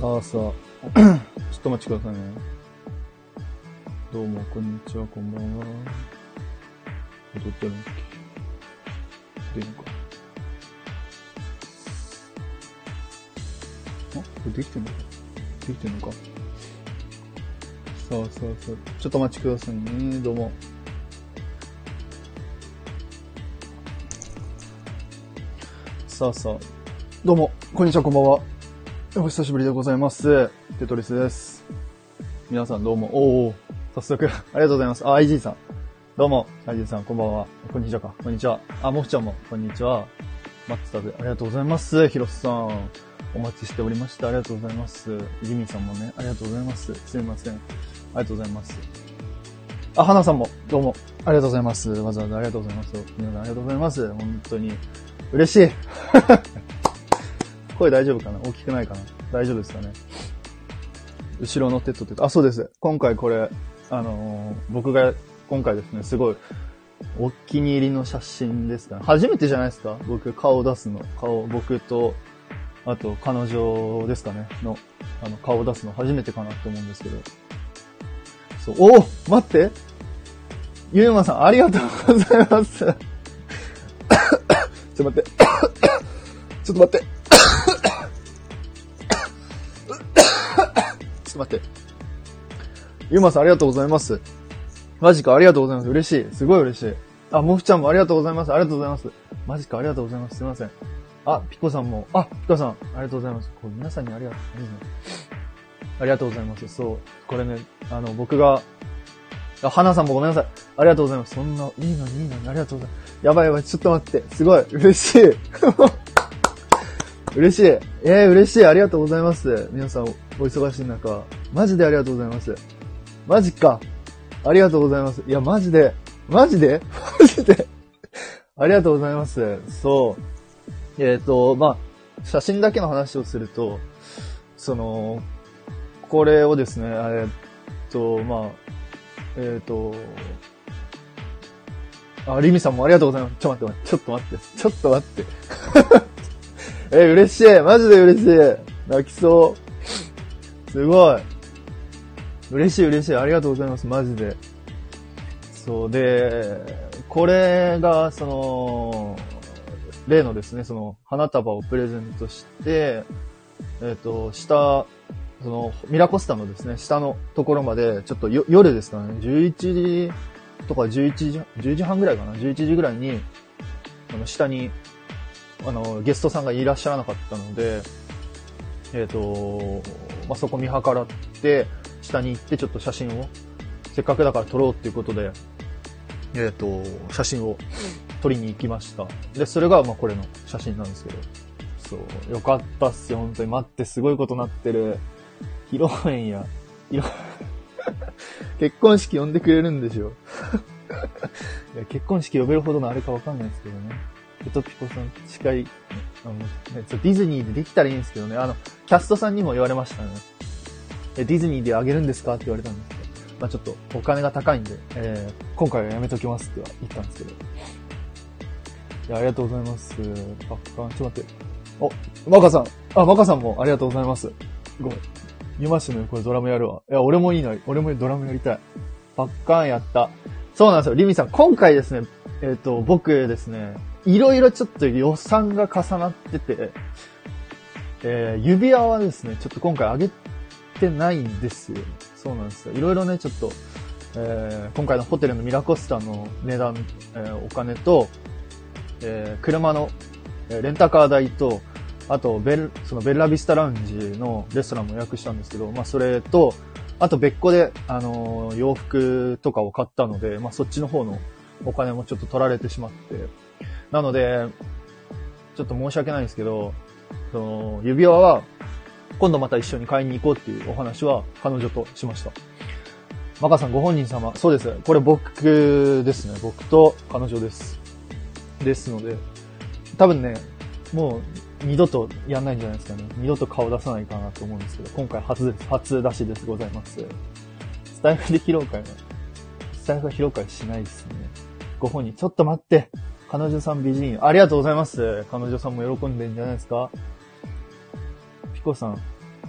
さあさあ、ちょっとお待ちくださいね。どうも、こんにちは、こんばんは。踊ってるんだっけ？出るのか。これできてんのか？できてんのか。さあさあさあ、ちょっとお待ちくださいね。どうも。さあさあ、どうも、こんにちは、こんばんは。お久しぶりでございます。テトリスです。皆さんどうも。早速、ありがとうございます。IG さん。どうも、IG さん、こんばんは。こんにちはか。こんにちは。もふちゃんも、こんにちは。待ってたぜ。ありがとうございます。ひろすさん。お待ちしておりました。ありがとうございます。ジミーさんもね、ありがとうございます。すいません。ありがとうございます。花さんも、どうも、ありがとうございます。わざわざありがとうございます。皆さんありがとうございます。本当に、嬉しい。声大丈夫かな？大きくないかな？大丈夫ですかね？後ろのテッドって、そうです。今回これ、僕が今回ですね、すごい、お気に入りの写真ですかね。初めてじゃないですか？僕顔出すの。僕と、あと彼女ですかね。の、顔出すの初めてかなと思うんですけど。そう、待って！ゆうまさん、ありがとうございます。ちょっと待って。ちょっと待って。ちょっと待って。ゆうまさんありがとうございます。マジかありがとうございます。嬉しい。すごい嬉しい。もふちゃんもありがとうございます。ありがとうございます。マジかありがとうございます。すいません。ピコさんも。ピコさん、ありがとうございます。これ皆さんにありがとうございます。そう。これね、僕が、花さんもごめんなさい。ありがとうございます。そんな、いいのに、ありがとうございます。やばい、ちょっと待って。すごい、嬉しい。嬉しい。嬉しい。ありがとうございます。皆さん、お忙しい中。マジでありがとうございます。マジか。ありがとうございます。いや、マジでありがとうございます。そう。写真だけの話をすると、これをですね、リミさんもありがとうございます。ちょっと待って。嬉しい。マジで嬉しい。泣きそう。すごい。嬉しい。ありがとうございます。マジで。そうで、これが、例のですね、花束をプレゼントして、下、ミラコスタのですね、下のところまで、ちょっと夜ですかね、11時とか10時半ぐらいかな、11時ぐらいに、下に、ゲストさんがいらっしゃらなかったので、そこ見計らって、下に行ってちょっと写真を、せっかくだから撮ろうっていうことで、写真を撮りに行きました。で、それが、これの写真なんですけど。そう、よかったっすよ、本当に。待って、すごいことなってる。披露宴や。結婚式呼んでくれるんでしょ。いや、結婚式呼べるほどのあれかわかんないですけどね。ペトピコさん近い、ディズニーでできたらいいんですけどね。キャストさんにも言われましたね。ディズニーであげるんですかって言われたんですけど。ちょっとお金が高いんで、今回はやめときますっては言ったんですけど。いや、ありがとうございます。ちょっと待って。マカさん。マカさんもありがとうございます。ごめん。言いましたね。これドラムやるわ。いや、俺もいいな。俺もドラムやりたい。パッカーンやった。そうなんですよ。リミさん、今回ですね、僕ですね、いろいろちょっと予算が重なってて、指輪はですね、ちょっと今回あげてないんですよ。そうなんですよ。いろいろね、ちょっと、今回のホテルのミラコスタの値段、お金と、車の、レンタカー代と、あと、ベルラビスタラウンジのレストランも予約したんですけど、それと、あと別個で、洋服とかを買ったので、そっちの方のお金もちょっと取られてしまって、なので、ちょっと申し訳ないんですけど、指輪は、今度また一緒に買いに行こうっていうお話は彼女としました。マカさんご本人様、そうです。これ僕ですね。僕と彼女です。ですので、多分ね、もう二度とやんないんじゃないですかね。二度と顔出さないかなと思うんですけど、今回初です。初出しですございます。スタイフで披露会は、スタイフは披露会しないですね。ご本人、ちょっと待って。彼女さん美人。ありがとうございます。彼女さんも喜んでんじゃないですか。ピコさん、こ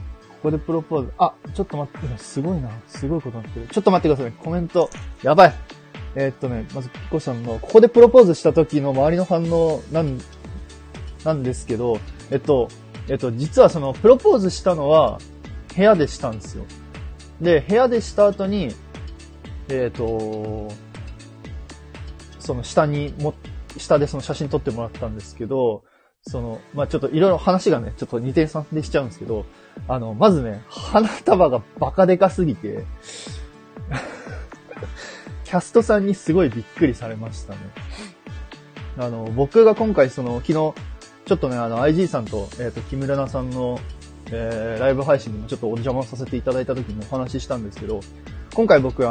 こでプロポーズ。あ、ちょっと待って、すごいな。すごいことになってる。ちょっと待ってください。コメント。やばい。まずピコさんの、ここでプロポーズした時の周りの反応なんですけど、実はその、プロポーズしたのは、部屋でしたんですよ。で、部屋でした後に、その下でその写真撮ってもらったんですけど、ちょっといろいろ話がね、ちょっと二転三転しちゃうんですけど、まずね、花束がバカでかすぎて、キャストさんにすごいびっくりされましたね。僕が今回昨日、ちょっとね、IG さんと、木村菜さんの、ライブ配信にもちょっとお邪魔させていただいた時にお話ししたんですけど、今回僕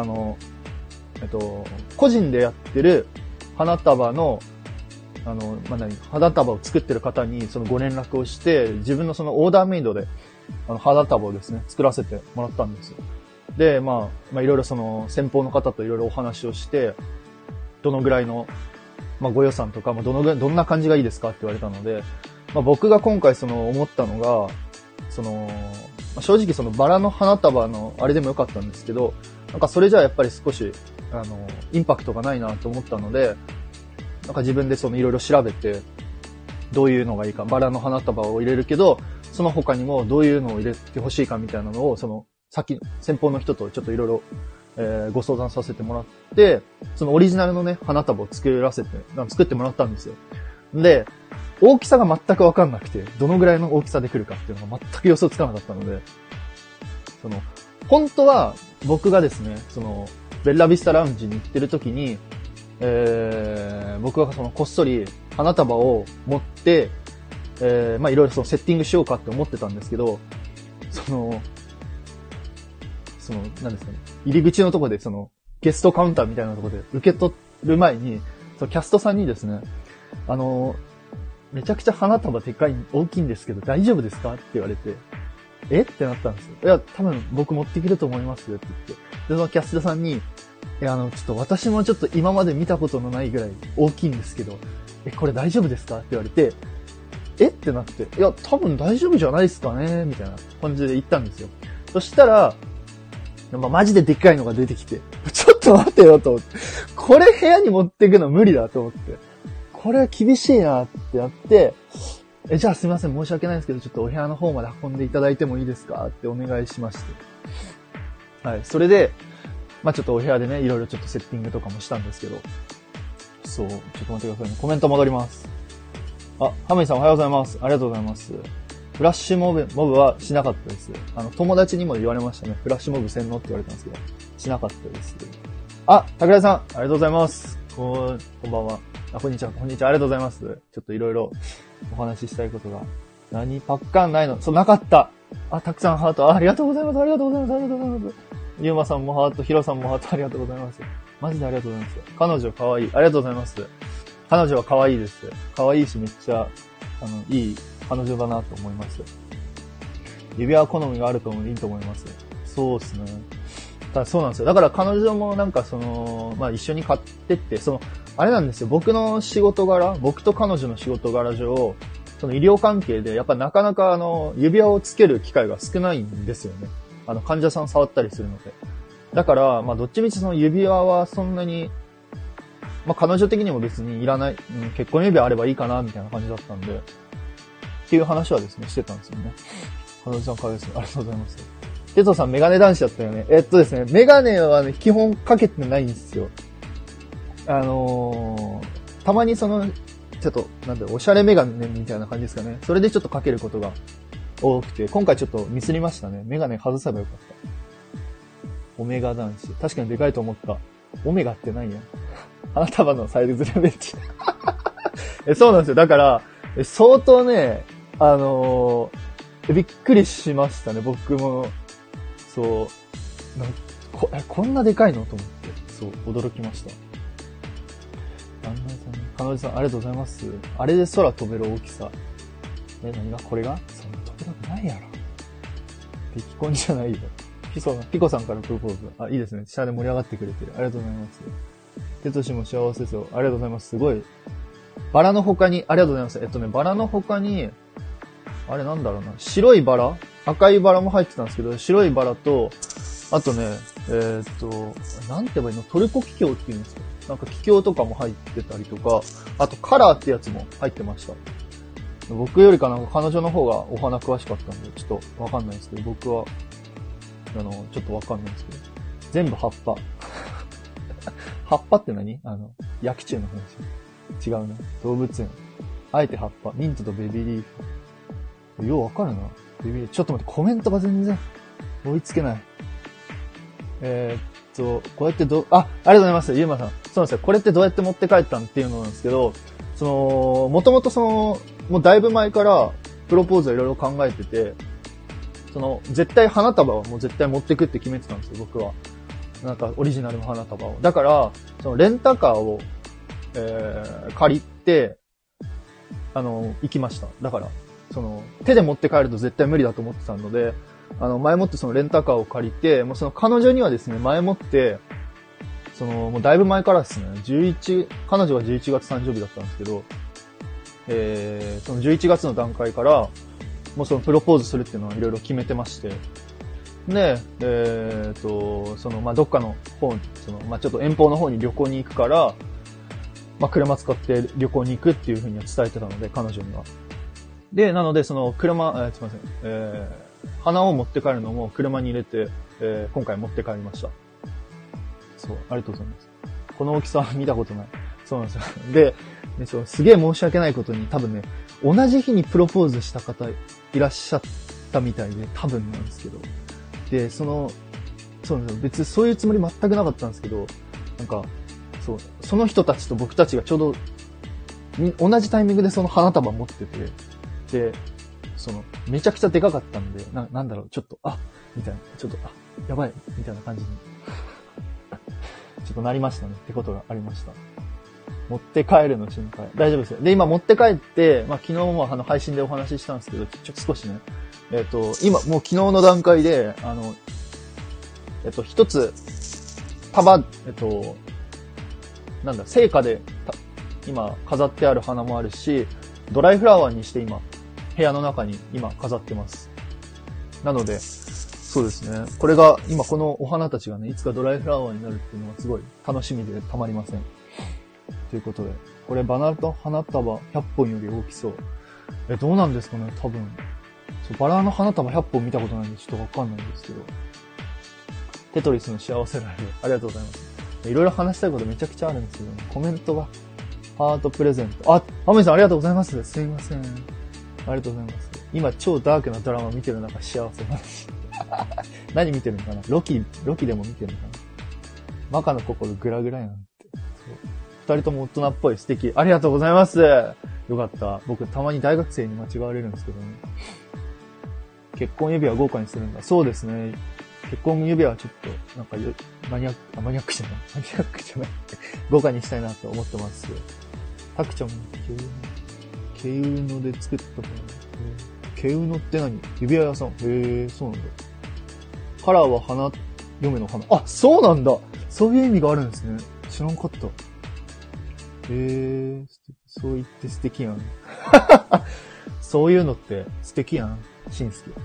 個人でやってる花束の、花束を作ってる方にそのご連絡をして、自分のそのオーダーメイドで、花束をですね、作らせてもらったんですよ。で、いろいろその、先方の方といろいろお話をして、どのぐらいの、ご予算とか、どんな感じがいいですかって言われたので、僕が今回思ったのが、正直そのバラの花束のあれでもよかったんですけど、なんかそれじゃやっぱり少し、インパクトがないなと思ったので、なんか自分でいろいろ調べて、どういうのがいいか、バラの花束を入れるけど、その他にもどういうのを入れてほしいかみたいなのを、先方の人とちょっといろいろ、ご相談させてもらって、そのオリジナルのね、花束を作ってもらったんですよ。で、大きさが全くわかんなくて、どのぐらいの大きさで来るかっていうのが全く予想つかなかったので、本当は僕がですね、ベッラビスタラウンジに行ってる時に、僕がこっそり花束を持って、いろいろセッティングしようかって思ってたんですけど、何ですかね、入り口のところでゲストカウンターみたいなところで受け取る前に、キャストさんにですね、めちゃくちゃ花束大きいんですけど大丈夫ですかって言われて、えってなったんですよ。いや、多分僕持っていけると思いますよって言って。で、そのキャストさんに、ちょっと私もちょっと今まで見たことのないぐらい大きいんですけど、これ大丈夫ですかって言われて、ってなって、いや、多分大丈夫じゃないですかねみたいな感じで言ったんですよ。そしたら、マジででっかいのが出てきて、ちょっと待ってよと思って、これ部屋に持っていくの無理だと思って、これは厳しいなってなって、じゃあすいません、申し訳ないですけど、ちょっとお部屋の方まで運んでいただいてもいいですかってお願いしまして。はい。それで、ちょっとお部屋でね、いろいろちょっとセッティングとかもしたんですけど。そう、ちょっと待ってくださいね。コメント戻ります。あ、ハムイさんおはようございます。ありがとうございます。フラッシュモブはしなかったです。友達にも言われましたね。フラッシュモブ洗脳って言われたんですけど、しなかったです。あ、桜井さん、ありがとうございます。こんばんは。こんにちは、ありがとうございます。ちょっといろいろお話ししたいことが。パッカンないの？そう、なかった。あ、たくさんハート。ありがとうございます。ありがとうございます。ありがとうございます。ゆうまさんもハート、ひろさんもハート、ありがとうございます。マジでありがとうございます。彼女可愛い。ありがとうございます。彼女は可愛いです。可愛いし、めっちゃ、いい彼女だなと思います。指輪好みがあるといいと思います。そうですね。そうなんですよ。だから彼女もなんか一緒に買ってって、あれなんですよ。僕と彼女の仕事柄上、医療関係で、やっぱなかなか指輪をつける機会が少ないんですよね。患者さん触ったりするので。だから、どっちみち指輪はそんなに、彼女的にも別にいらない、結婚指輪あればいいかな、みたいな感じだったんで、っていう話はですね、してたんですよね。彼女さん可愛いですね。ありがとうございます。テトさんメガネ男子だったよね。ですね、メガネはね、基本かけてないんですよ。たまにちょっと、おしゃれメガネみたいな感じですかね。それでちょっとかけることが多くて、今回ちょっとミスりましたね。メガネ外せばよかった。オメガ男子。確かにでかいと思った。オメガって何や？花束のサイズレベチ。そうなんですよ。だから、相当ね、びっくりしましたね。僕も、そう、こんなでかいのと思って、そう、驚きました。彼女さん、ありがとうございます。あれで空飛べる大きさ。何がこれがそんな飛べなくないやろ。ピコンじゃないよ。ピコさんからプロポーズ。あ、いいですね。下で盛り上がってくれてる。ありがとうございます。テトシも幸せですよ。ありがとうございます。すごい。バラの他に、ありがとうございます。バラの他に、あれなんだろうな。白いバラ赤いバラも入ってたんですけど、白いバラと、あとね、なんて言えばいいの？トルコキキョウっていうんですか？なんかキキョウとかも入ってたりとか、あとカラーってやつも入ってました。僕よりかなんか彼女の方がお花詳しかったんで、ちょっとわかんないですけど、僕は、ちょっとわかんないですけど。全部葉っぱ。葉っぱって何？薬虫の話。違うな。動物園。あえて葉っぱ。ミントとベビーリーフ。ようわかるな。ベビーリーフ。ちょっと待って、コメントが全然追いつけない。こうやってありがとうございます。ゆうまさん。そうなんですよ。これってどうやって持って帰ったんっていうのなんですけど、もともともうだいぶ前からプロポーズはいろいろ考えてて、絶対花束はもう絶対持ってくって決めてたんですよ、僕は。なんかオリジナルの花束を。だから、レンタカーを、借りて、行きました。だから、手で持って帰ると絶対無理だと思ってたので、前もってレンタカーを借りて、もう彼女にはですね、前もって、もうだいぶ前からですね、彼女が11月誕生日だったんですけど、その11月の段階から、もうプロポーズするっていうのはいろいろ決めてまして、で、どっかの方に、ちょっと遠方の方に旅行に行くから、車使って旅行に行くっていうふうには伝えてたので、彼女には。で、なので、すいません、花を持って帰るのも車に入れて、今回持って帰りました。そう、ありがとうございます。この大きさは見たことない。そうなんですよ。ですげえ申し訳ないことに、多分ね、同じ日にプロポーズした方いらっしゃったみたいで、多分なんですけど。で、そうなんですよ。別にそういうつもり全くなかったんですけど、なんか、その人たちと僕たちがちょうど、同じタイミングでその花束持ってて、で、めちゃくちゃでかかったんで、なんだろう、ちょっと、みたいな、ちょっと、やばい、みたいな感じに、ちょっとなりましたね、ってことがありました。持って帰るの心配。大丈夫ですよ。で、今持って帰って、昨日も配信でお話ししたんですけど、少しね、今、もう昨日の段階で、一つ、生花で、今飾ってある花もあるし、ドライフラワーにして今、部屋の中に今飾ってます。なので、そうですね。これが、今このお花たちがね、いつかドライフラワーになるっていうのはすごい楽しみでたまりません。ということで、これバナと花束100本より大きそう。どうなんですかね、多分。バラの花束100本見たことないんでちょっとわかんないんですけど。テトリスの幸せライブ、ありがとうございます。いろいろ話したいことめちゃくちゃあるんですけど、コメントが、ハートプレゼント。ハモリさんありがとうございます。すいません。ありがとうございます。今超ダークなドラマ見てる中幸せ話。何見てるのかな？ロキでも見てるのかな？マカの心グラグラやんって。二人とも大人っぽい素敵。ありがとうございます。よかった。僕たまに大学生に間違われるんですけどね。結婚指輪豪華にするんだ。そうですね。結婚指輪はちょっと、なんかマニアックじゃない。豪華にしたいなと思ってます。タクちゃんも、ケウノで作ったかな。ケウノって何？指輪屋さん。そうなんだ。カラーは嫁の花。そうなんだ。そういう意味があるんですね。知らんかった。そう言って素敵やん。そういうのって素敵やん。しんすけ。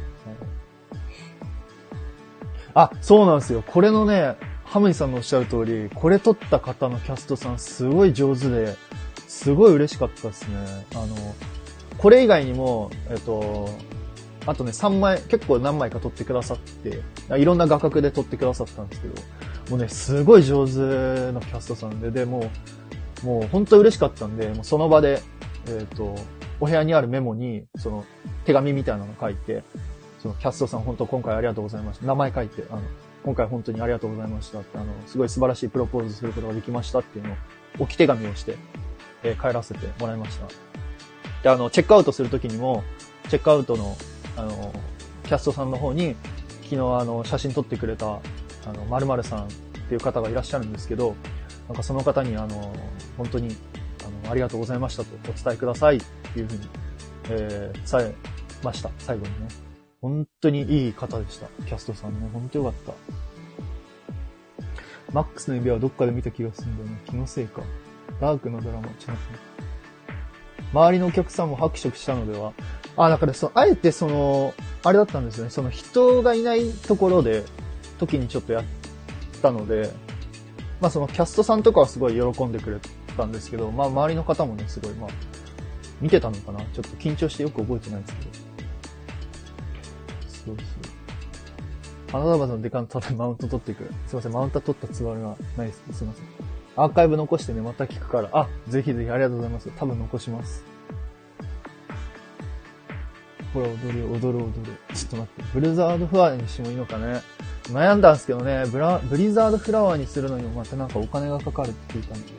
そうなんですよ。これのね、ハムニさんのおっしゃる通り、これ撮った方のキャストさんすごい上手で、すごい嬉しかったですね。これ以外にも、あとね、3枚、結構何枚か撮ってくださって、いろんな画角で撮ってくださったんですけど、もうね、すごい上手なキャストさんで、もう本当に嬉しかったんで、もうその場で、お部屋にあるメモに、手紙みたいなの書いて、キャストさん本当今回ありがとうございました。名前書いて、今回本当にありがとうございましたって、すごい素晴らしいプロポーズすることができましたっていうのを、置き手紙をして、帰らせてもらいました。で、チェックアウトするときにも、チェックアウトの、キャストさんの方に、昨日写真撮ってくれた、〇〇さんっていう方がいらっしゃるんですけど、なんかその方に、本当に、ありがとうございましたとお伝えくださいっていうふうに、伝えました。最後にね。本当にいい方でした。キャストさんね。本当よかった。マックスの指輪はどっかで見た気がするんだよね。気のせいか。ダークのドラマ、周りのお客さんも拍手したのでは。だからあえてあれだったんですよね。その人がいない時にちょっとやったので、まあそのキャストさんとかはすごい喜んでくれたんですけど、まあ周りの方もね、すごい、まあ、見てたのかな？ちょっと緊張してよく覚えてないんですけど。そうそう。花束のデカンただマウント取っていく。すいません、マウント取ったつもりはないです。すいません。アーカイブ残してね、また聞くから。あ、ぜひぜひありがとうございます。多分残します。ほら、踊る。ちょっと待って。ブリザードフラワーにしてもいいのかね。悩んだんですけどね、ブリザードフラワーにするのにもまたなんかお金がかかるって聞いたんで。ちょ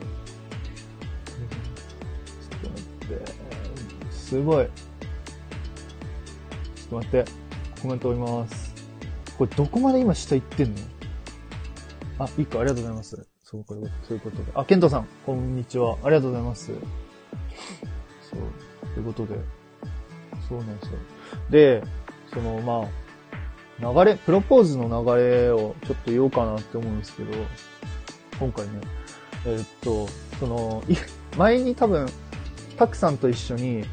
っと待って。すごい。ちょっと待って。コメント追います。これどこまで今下行ってんの？あ、いいか、ありがとうございます。そういうことで。あ、ケントさん、こんにちは。ありがとうございます。そう、ということで。そうなんですよ。で、まあ、プロポーズの流れをちょっと言おうかなって思うんですけど、今回ね、前に多分、タクさんと一緒に、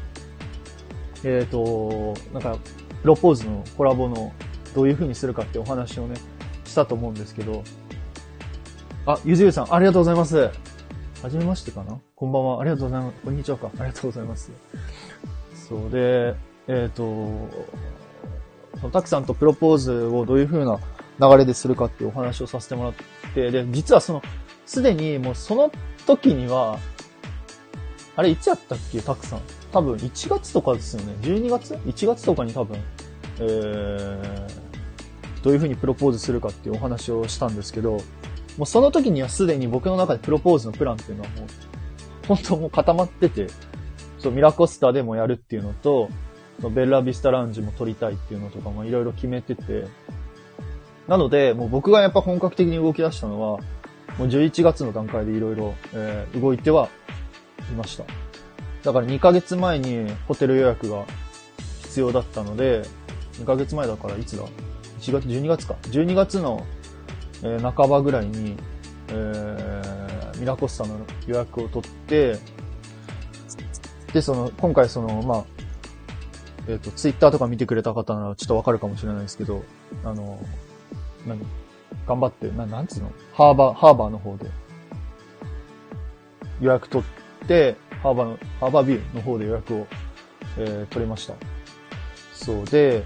なんか、プロポーズのコラボのどういう風にするかってお話をね、したと思うんですけど、あ、ゆずゆさん、ありがとうございます。はじめましてかな？こんばんは。ありがとうございます。こんにちはか。ありがとうございます。そうで、タクさんとプロポーズをどういう風な流れでするかっていうお話をさせてもらって、で、実はすでにもうその時には、あれいつやったっけ、タクさん。多分1月とかですよね。12月 ?1 月とかに多分、どういう風にプロポーズするかっていうお話をしたんですけど、もうその時にはすでに僕の中でプロポーズのプランっていうのはもう、本当もう固まってて、そう、ミラコスタでもやるっていうのと、ベルラビスタラウンジも撮りたいっていうのとかもいろいろ決めてて、なので、もう僕がやっぱ本格的に動き出したのは、もう11月の段階でいろいろ動いてはいました。だから2ヶ月前にホテル予約が必要だったので、2ヶ月前だからいつだ ?1 月、12月か。12月の半ばぐらいに、ミラコスタの予約を取って、で、今回まあ、ツイッターとか見てくれた方ならちょっとわかるかもしれないですけど、頑張って、なんつうの？ハーバーの方で予約取って、ハーバービューの方で予約を、取れました。そうで、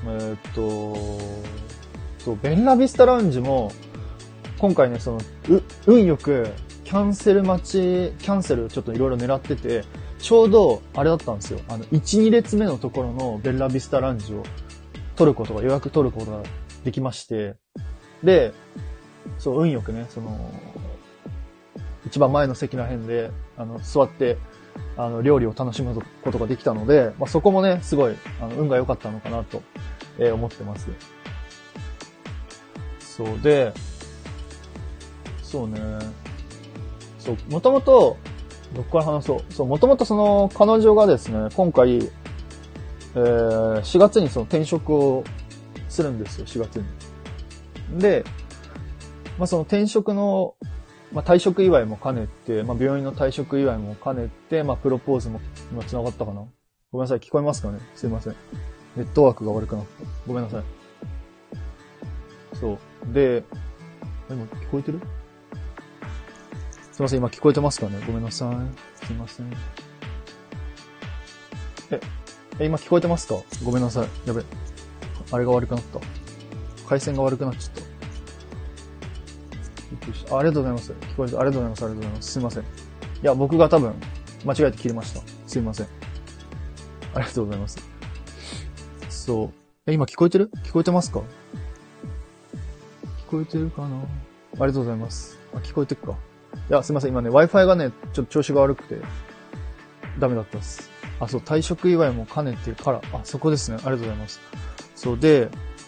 ベンラビスタラウンジも、今回ね、運よく、キャンセルちょっといろいろ狙ってて、ちょうど、あれだったんですよ。1、2列目のところのベンラビスタラウンジを予約取ることができまして、で、そう、運よくね、一番前の席ら辺で、座って、料理を楽しむことができたので、まあ、そこもね、すごい、運が良かったのかなと、思ってます。そうで、そうね、そう、もともと、どっから話そう。そう、もともと彼女がですね、今回、4月に転職をするんですよ、4月に。で、まあ、転職の、まあ、退職祝いも兼ねて、まあ、病院の退職祝いも兼ねて、まあ、プロポーズも今繋がったかな。ごめんなさい、聞こえますかね？すいません。ネットワークが悪くなった。ごめんなさい。そう。で、今聞こえてる？すいません、今聞こえてますかね？ごめんなさい。すいません。今聞こえてますか？ごめんなさい。やべ。あれが悪くなった。回線が悪くなっちゃった。ありがとうございます。聞こえて、ありがとうございます。ありがとうございます。すいません。いや、僕が多分、間違えて切れました。すいません。ありがとうございます。そう。今聞こえてる？聞こえてますか？聞こえてるかな？ありがとうございます。聞こえてるか。いや、すいません。今ね、Wi-Fi がね、ちょっと調子が悪くて、ダメだったです。そう、退職祝いも兼ねてから、そこですね。ありがとうございます。そうで、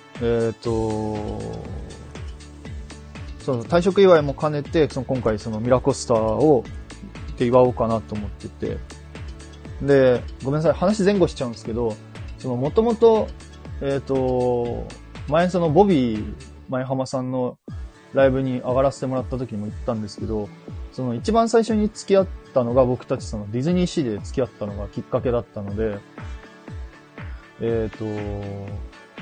退職祝いも兼ねて、今回ミラコスターを、って祝おうかなと思ってて。で、ごめんなさい。話前後しちゃうんですけど、もともと、前ボビー前浜さんのライブに上がらせてもらった時にも言ったんですけど、一番最初に付き合ったのが僕たちディズニーシーで付き合ったのがきっかけだったので、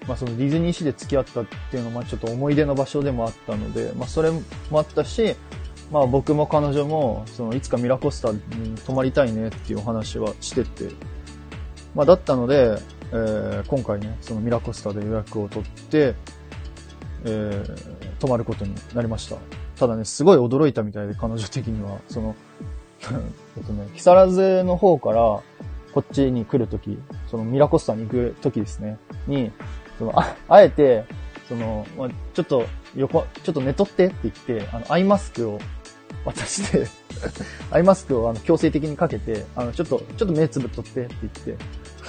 そのディズニーシーで付き合ったっていうのはちょっと思い出の場所でもあったので、それもあったし、僕も彼女も、いつかミラコスタに泊まりたいねっていうお話はしてて、だったので、今回ね、そのミラコスタで予約を取って、泊まることになりました。ただね、すごい驚いたみたいで、彼女的には、木更津の方から、こっちに来るとき、ミラコスタに行くときですね、に、あえて、ちょっと寝とってって言って、アイマスクを渡して、アイマスクを強制的にかけて、ちょっと目つぶっとってって言って、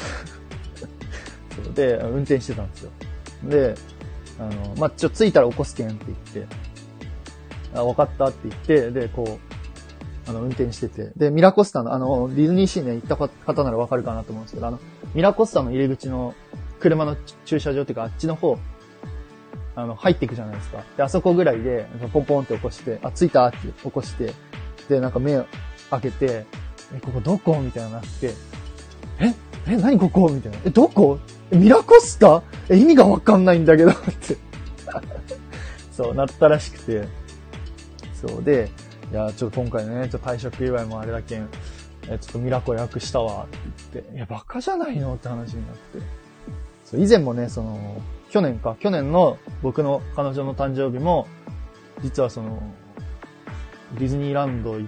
そうで、運転してたんですよ。で、着いたら起こすけんって言って、わかったって言って、で、運転してて。で、ミラコスタの、ディズニーシーね、行った方ならわかるかなと思うんですけど、ミラコスタの入り口の車の駐車場っていうか、あっちの方、入っていくじゃないですか。で、あそこぐらいで、ポンポンって起こして、着いたって起こして、で、目開けて、ここどこみたいになって、何ここみたいな。どこミラコスタ意味がわかんないんだけどって。そう、なったらしくて。そうで、いや、ちょっと今回ね、退職祝いもあれだけん、ちょっとミラコ予約したわって言って、いや、バカじゃないのって話になって。そう、以前もね、去年の僕の彼女の誕生日も、実はディズニーランド、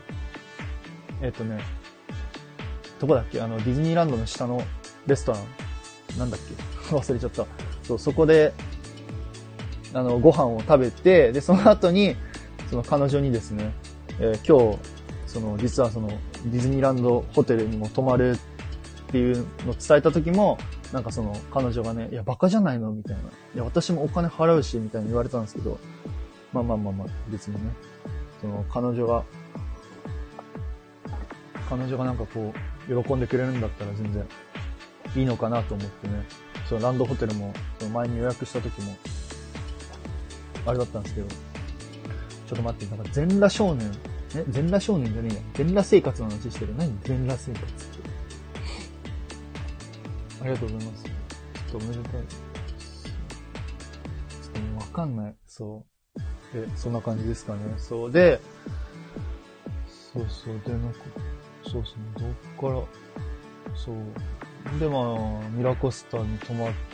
どこだっけディズニーランドの下のレストラン、なんだっけ忘れちゃった。そう、そこで、ご飯を食べて、で、その後に、彼女にですね、今日、実はディズニーランドホテルにも泊まるっていうのを伝えた時も、彼女がね、いや、バカじゃないのみたいな。いや、私もお金払うし、みたいに言われたんですけど、別にね、彼女がなんか喜んでくれるんだったら全然いいのかなと思ってね、ランドホテルも、前に予約した時も、あれだったんですけど、ちょっと待って、なんか全裸少年じゃねえや。全裸生活の話してる。何全裸生活って。ありがとうございます。ちょっとおめでたい。ちょっとわかんない。そう。で、そんな感じですかね。そうで、で、なんか、どっから、そう。で、ミラコスタに泊まって、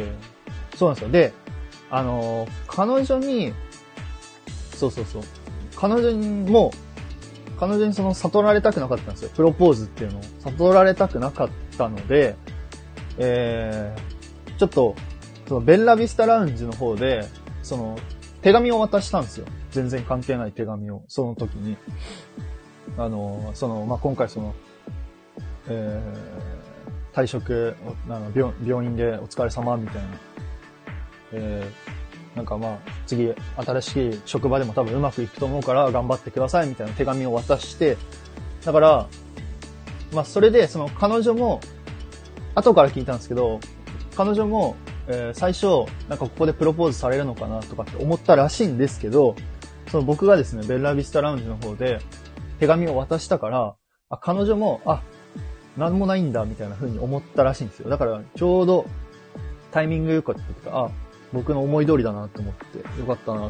そうなんですよ。で、彼女に、彼女に悟られたくなかったんですよ。プロポーズっていうのを。悟られたくなかったので、ちょっと、ベッラビスタラウンジの方で、手紙を渡したんですよ。全然関係ない手紙を、その時に。今回退職、病院でお疲れ様みたいな。なんか次、新しい職場でも多分うまくいくと思うから頑張ってくださいみたいな手紙を渡して、だから、それで、彼女も、後から聞いたんですけど、彼女も、最初、なんかここでプロポーズされるのかなとかって思ったらしいんですけど、僕がですね、ベッラビスタラウンジの方で手紙を渡したから、彼女も、なんもないんだみたいな風に思ったらしいんですよ。だから、ちょうどタイミング良かったとか、僕の思い通りだなと思って、よかったなと思って。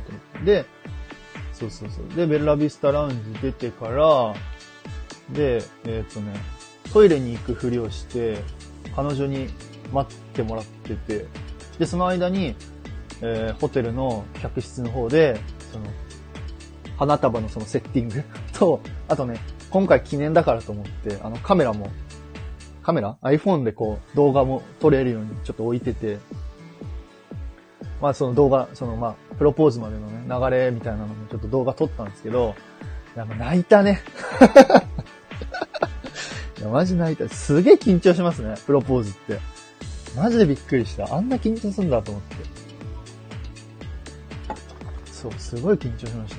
で、で、ベッラビスタラウンジ出てから、で、トイレに行くふりをして、彼女に待ってもらってて、で、その間に、ホテルの客室の方で、花束のセッティングと、あとね、今回記念だからと思って、カメラ ?iPhone で動画も撮れるようにちょっと置いてて、その動画、プロポーズまでのね、流れみたいなのもちょっと動画撮ったんですけど、いや、泣いたね。いや、マジ泣いた。すげえ緊張しますね、プロポーズって。マジでびっくりした。あんな緊張するんだと思って。そう、すごい緊張しました。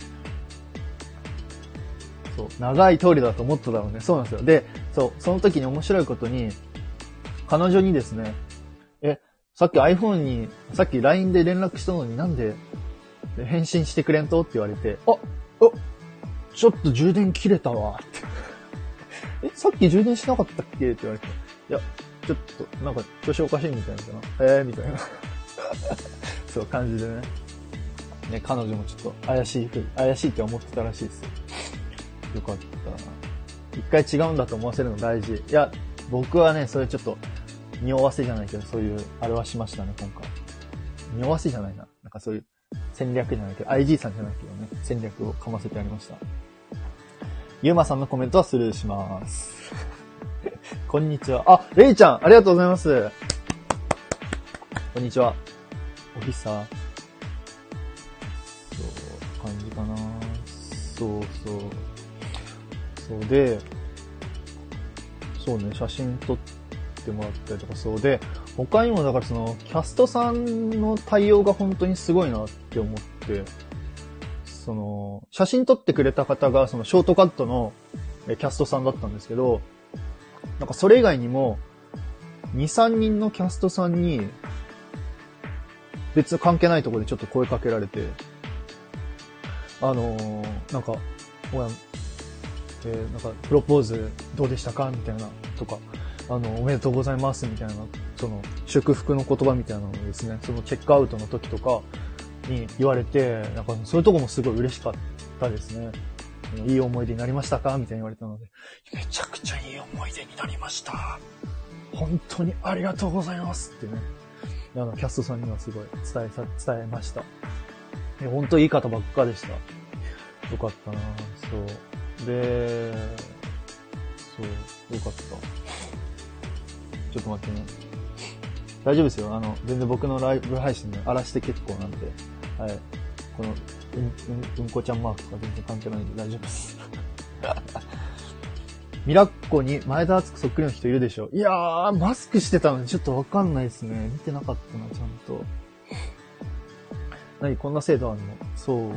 そう、長い通りだと思っただろうね。そうなんですよ。で、その時に面白いことに、彼女にですね、さっき LINE で連絡したのになんで返信してくれんとって言われて、ちょっと充電切れたわって。さっき充電しなかったっけって言われて。いや、 ちょっと、なんか調子おかしいみたいなみたいな。そう感じでね。ね、彼女もちょっと怪しいって思ってたらしいですよ。よかった。一回違うんだと思わせるの大事。いや、僕はね、それちょっと、匂わせじゃないけど、そういう、あれはしましたね、今回。匂わせじゃないな。なんかそういう、戦略じゃないけど、IG さんじゃないけどね、戦略をかませてやりました。ゆうまさんのコメントはスルーします。こんにちは。あ、れいちゃん、ありがとうございます。こんにちは。おひさ。そう、感じかな。そうで、そうね、写真撮ってもらったりとかそうで、他にもだからその、キャストさんの対応が本当にすごいなって思って、その、写真撮ってくれた方がそのショートカットのキャストさんだったんですけど、なんかそれ以外にも、2、3人のキャストさんに、別に関係ないところでちょっと声かけられて、なんか、なんか、プロポーズどうでしたかみたいな、とか、おめでとうございますみたいな、その、祝福の言葉みたいなのをですね、そのチェックアウトの時とかに言われて、なんかそういうとこもすごい嬉しかったですね。いい思い出になりましたかみたいに言われたので、めちゃくちゃいい思い出になりました。本当にありがとうございますってね、キャストさんにはすごい伝えました。本当いい方ばっかでした。よかったなそう。で、そう、よかった。ちょっと待ってね。大丈夫ですよ。全然僕のライブ配信ね、荒らして結構なんで。はい。この、うんこちゃんマークとか全然関係ないんで大丈夫です。ミラッコに前田敦子そっくりの人いるでしょ。いやー、マスクしてたのでちょっとわかんないですね。見てなかったな、ちゃんと。何こんな制度あるの？そう。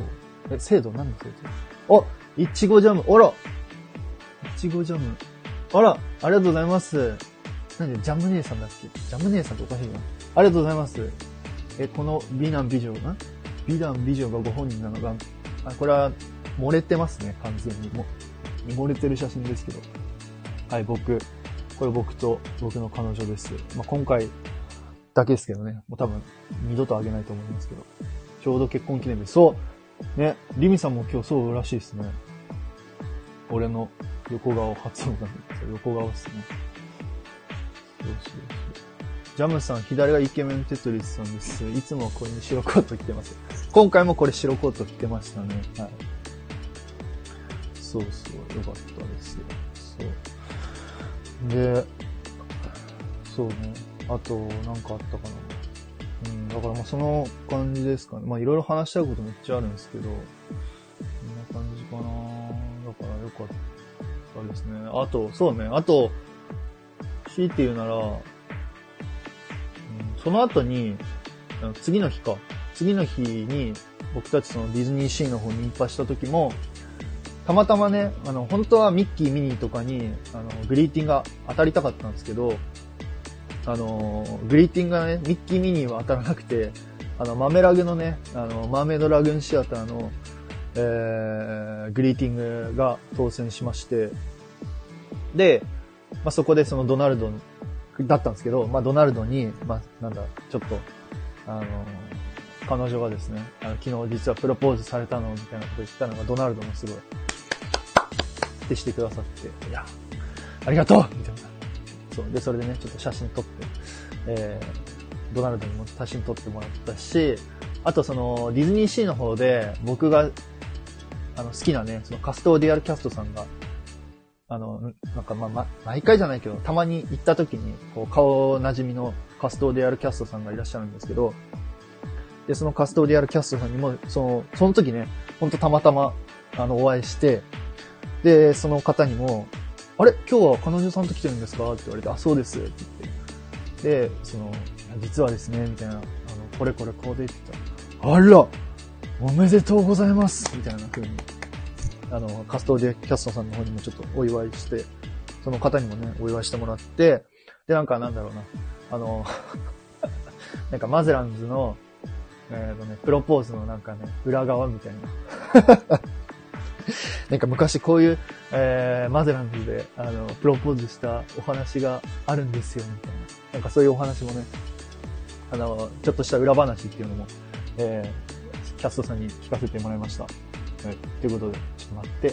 制度何の制度？あ、いちごジャム。あら！いちごジャム。あら！ありがとうございます。何ジャム姉さんだっけ？ジャム姉さんっておかしいな。ありがとうございます。この美男美女がご本人なのが、これは漏れてますね、完全に。漏れてる写真ですけど。はい、これ僕と僕の彼女です。今回だけですけどね。もう多分二度とあげないと思いますけど。ちょうど結婚記念日。そう。ね、リミさんも今日そうらしいですね。俺の横顔初の横顔ですね。そう。ジャムさん、左がイケメンテトリスさんです。いつもこれに白コート着てます。今回もこれ白コート着てましたね。はい。そう、よかったですよ。そう。で、そうね。あと、なんかあったかな。だからその感じですかね。いろいろ話したいことめっちゃあるんですけど、こんな感じかな。だからよかったですね。あと、そうね。あと、強いて言うなら、その後に、次の日に、僕たちそのディズニーシーの方にインパした時も、たまたまね、本当はミッキー、ミニーとかに、グリーティングが当たりたかったんですけど、グリーティングがね、ミッキー、ミニーは当たらなくて、マメラグのね、マーメイドラグーンシアターの、グリーティングが当選しまして、で、そこでそのドナルドだったんですけど、ドナルドに、ちょっと、彼女がですね、昨日実はプロポーズされたの、みたいなこと言ったのが、ドナルドもすごい、ってしてくださって、いや、ありがとうみたいな。そう。で、それでね、ちょっと写真撮って、ドナルドにも写真撮ってもらったし、あとその、ディズニーシーの方で、僕が、好きなね、そのカストーディアルキャストさんが、毎回じゃないけど、たまに行った時に、顔馴染みのカストーディアルキャストさんがいらっしゃるんですけど、で、そのカストーディアルキャストさんにも、その時ね、ほんとたまたま、お会いして、で、その方にも、あれ今日は彼女さんと来てるんですかって言われて、あ、そうですって言って。で、実はですね、みたいな、これこうでって言ったら、あらおめでとうございますみたいな風に、カストーディアキャストさんの方にもちょっとお祝いして、その方にもね、お祝いしてもらって、で、なんだろうな、なんかマゼランズの、プロポーズの裏側みたいな。なんか昔こういう、マゼランズで、プロポーズしたお話があるんですよ、みたいな。 なんかそういうお話もね、ちょっとした裏話っていうのも、キャストさんに聞かせてもらいました。はい。ということで、ちょっと待って。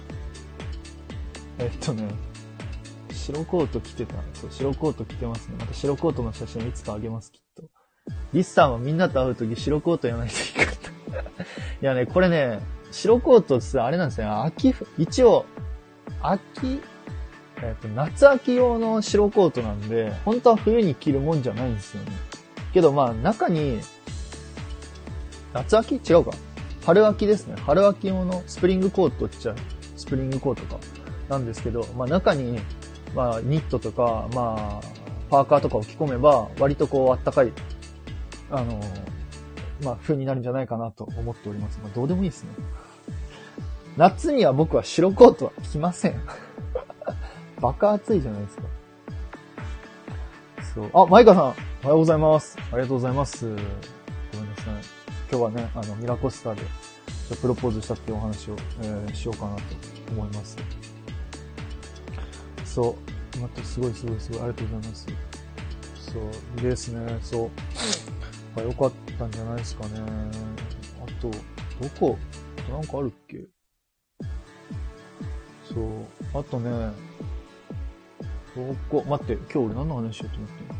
白コート着てた。そう、白コート着てますね。また白コートの写真いつかあげます、きっと。リスさんはみんなと会うとき白コートやらないといけなかった。いやね、これね、白コートってあれなんですね。一応、夏秋用の白コートなんで、本当は冬に着るもんじゃないんですよね。けどまあ中に、夏秋違うか。春秋ですね。春秋用のスプリングコートっちゃスプリングコートか。なんですけど、まあ中に、まあニットとか、まあ、パーカーとかを着込めば、割とこうあったかい、まあ風になるんじゃないかなと思っております。まあどうでもいいですね。夏には僕は白コートは着ません。バカ暑いじゃないですか。そう。あ、マイカさん、おはようございます。ありがとうございます。ごめんなさい。今日はね、ミラコスタで、プロポーズしたっていうお話を、しようかなと思います。そう。待って、すごい。ありがとうございます。そう。ですね、そう。良かったんじゃないですかね。あと、なんかあるっけ？そう。あとね、待って、今日俺何の話しようと思ってんだっ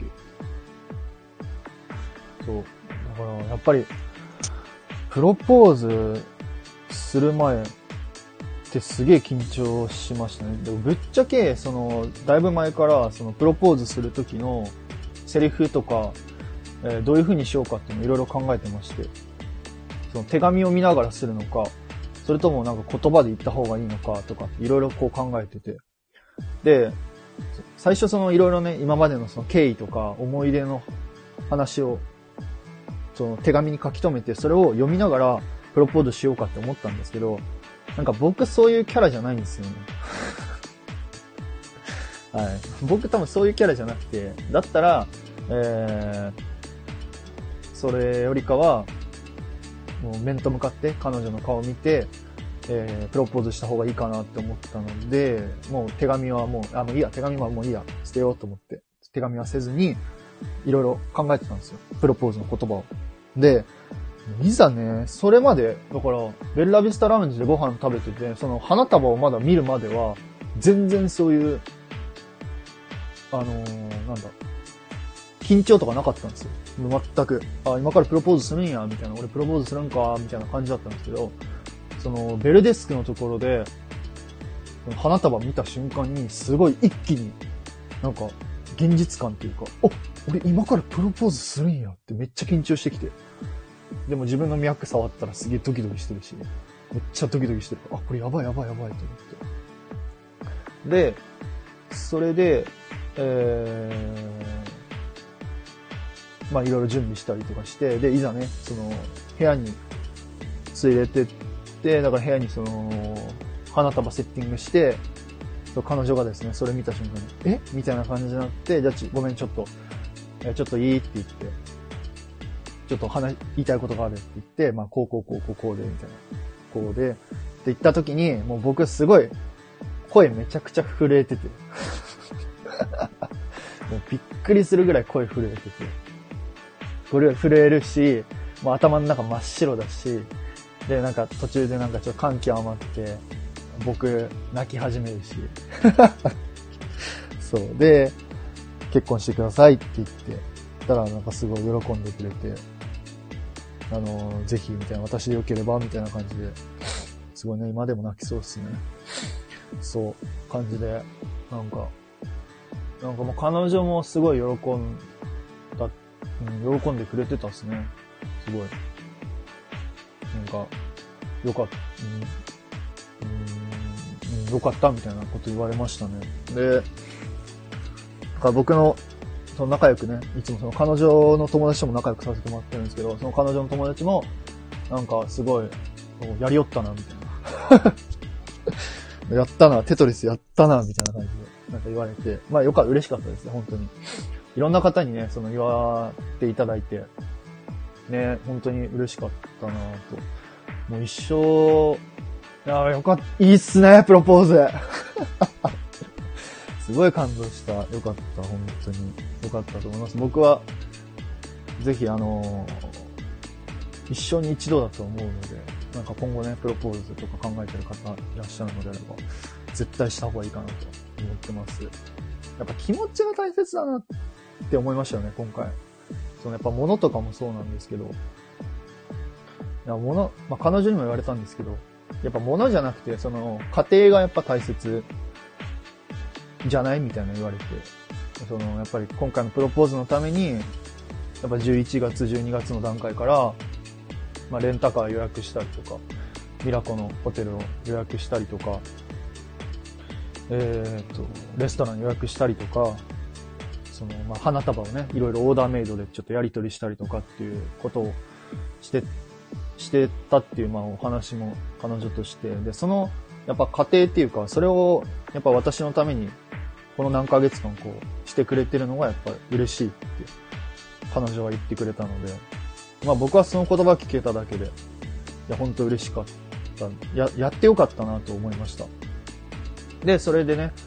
け？そう。だから、やっぱり、プロポーズする前ってすげえ緊張しましたね。でもぶっちゃけ、だいぶ前から、プロポーズする時のセリフとか、どういう風にしようかっていうのをいろいろ考えてまして、手紙を見ながらするのか、それともなんか言葉で言った方がいいのかとか、いろいろこう考えてて。で、最初いろいろね、今までの経緯とか思い出の話を、手紙に書き留めて、それを読みながらプロポーズしようかって思ったんですけど、なんか僕そういうキャラじゃないんですよね。はい。僕多分そういうキャラじゃなくて、だったら、それよりかは、もう面と向かって彼女の顔を見て、プロポーズした方がいいかなって思ったので、もう手紙はもういいや、手紙はもういいや、捨てようと思って、手紙はせずに、いろいろ考えてたんですよ。プロポーズの言葉を。で、いざね、それまで、だから、ベルラビスタラウンジでご飯食べてて、花束をまだ見るまでは、全然そういう、緊張とかなかったんですよ。全く。今からプロポーズするんや、みたいな。俺プロポーズするんか、みたいな感じだったんですけど、ベルデスクのところで、花束見た瞬間に、すごい一気に、なんか、現実感っていうか、俺今からプロポーズするんやってめっちゃ緊張してきて。でも自分の脈触ったらすげえドキドキしてるし、めっちゃドキドキしてる。これやばいと思って。で、それで、まあいろいろ準備したりとかして、で、いざね、部屋に連れてって、だから部屋に花束セッティングして、彼女がですね、それ見た瞬間に、みたいな感じになって、じゃあごめん、ちょっといいって言って、ちょっと言いたいことがあるって言って、まあ、こうで、みたいな。こうで、って言った時に、もう僕すごい、声めちゃくちゃ震えてて。もうびっくりするぐらい声震えてて。震えるし、もう頭の中真っ白だし、で、なんか途中でなんかちょっと感極まって、僕、泣き始めるし。そう。で、結婚してくださいって言って、たらなんかすごい喜んでくれて、ぜひ、みたいな、私でよければ、みたいな感じで、すごいね、今でも泣きそうですね。そう、感じで、なんかもう彼女もすごい喜んでくれてたっすね。すごい。なんか、よかったみたいなこと言われましたね。で、だから僕の、仲良くね、いつも彼女の友達とも仲良くさせてもらってるんですけど、彼女の友達も、なんかすごい、やりよったな、みたいな。やったな、テトリスやったな、みたいな感じで、なんか言われて、まあ嬉しかったですね、本当に。いろんな方にね、言わっていただいて、ね、本当に嬉しかったなと。もう一生、いいっすね、プロポーズ。 すごい感動した。よかった。本当に。よかったと思います。僕は、ぜひ一生に一度だと思うので、なんか今後ね、プロポーズとか考えてる方いらっしゃるのであれば、絶対した方がいいかなと思ってます。やっぱ気持ちが大切だなって思いましたよね、今回。そのやっぱ物とかもそうなんですけど、いや物、彼女にも言われたんですけど、やっぱ物じゃなくて、その家庭がやっぱ大切じゃないみたいな言われて、やっぱり今回のプロポーズのために、やっぱ11月、12月の段階から、レンタカー予約したりとか、ミラコのホテルを予約したりとか、レストラン予約したりとか、花束をね、いろいろオーダーメイドでちょっとやり取りしたりとかっていうことをしてたっていうお話も彼女として、で、やっぱ家庭っていうか、それをやっぱ私のためにこの何ヶ月間してくれてるのがやっぱ嬉しいって彼女は言ってくれたので、僕はその言葉聞けただけで、いや、本当嬉しかった。やってよかったなと思いました。で、それでね、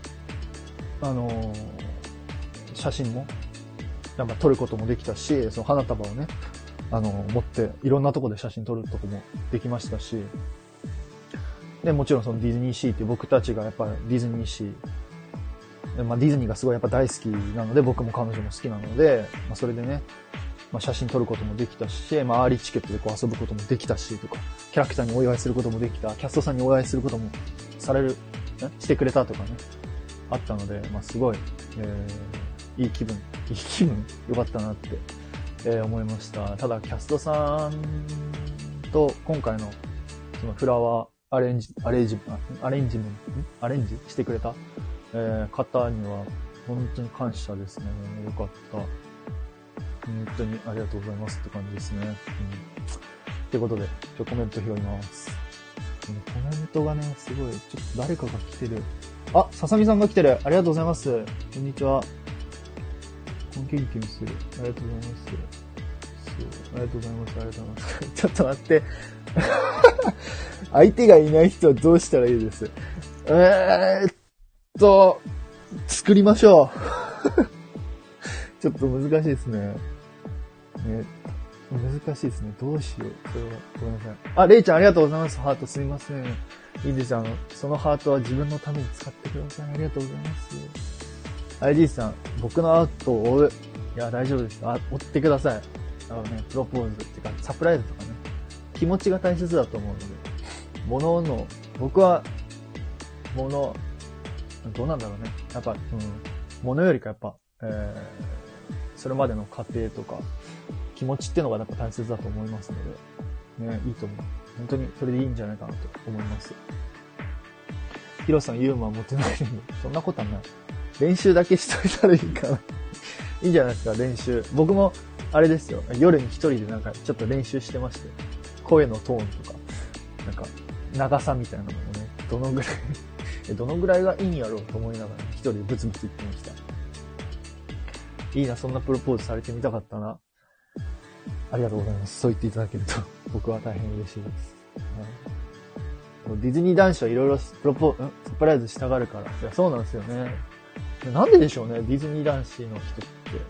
写真も、やっぱ撮ることもできたし、その花束をね、持って、いろんなとこで写真撮るとこもできましたし、で、もちろんそのディズニーシーっていう僕たちがやっぱディズニーシー、ディズニーがすごいやっぱ大好きなので、僕も彼女も好きなので、それでね、写真撮ることもできたし、アーリーチケットで遊ぶこともできたし、とか、キャラクターにお祝いすることもできた、キャストさんにお祝いすることもしてくれたとかね、あったので、すごい、いい気分、よかったなって、思いました。ただ、キャストさんと今回の、そのフラワーアレンジしてくれた、方には、本当に感謝ですね。よかった。本当にありがとうございますって感じですね。ってことで、コメント拾います。コメントがね、すごい、ちょっと誰かが来てる。あ、ささみさんが来てる。ありがとうございます。こんにちは。キュンキュンする。ありがとうございます。ありがとうございます。ありがとうございます。ちょっと待って。相手がいない人はどうしたらいいです。作りましょう。ちょっと難しいですね。難しいですね。どうしよう。それは、ごめんなさい。あ、レイちゃんありがとうございます。ハートすみません。いいです。そのハートは自分のために使ってください。ありがとうございます。ID さん、僕のアートを追う。いや、大丈夫です。追ってください。プロポーズっていうか、サプライズとかね。気持ちが大切だと思うので。僕は、どうなんだろうね。やっぱ、物よりかやっぱ、それまでの過程とか、気持ちっていうのがやっぱ大切だと思いますので、ね、いいと思う。本当にそれでいいんじゃないかなと思います。ヒロさんユーモア持ってないので、そんなことはない。練習だけしといたらいいかな。いいじゃないですか、練習。僕も、あれですよ、夜に一人でちょっと練習してまして、声のトーンとか、長さみたいなのもね、どのぐらいがいいんやろうと思いながら、一人でブツブツ言ってました。いいな、そんなプロポーズされてみたかったな。ありがとうございます。そう言っていただけると、僕は大変嬉しいです。ディズニー男子はいろいろサプライズしたがるから。いや、そうなんですよね。なんででしょうね、ディズニー男子の人って。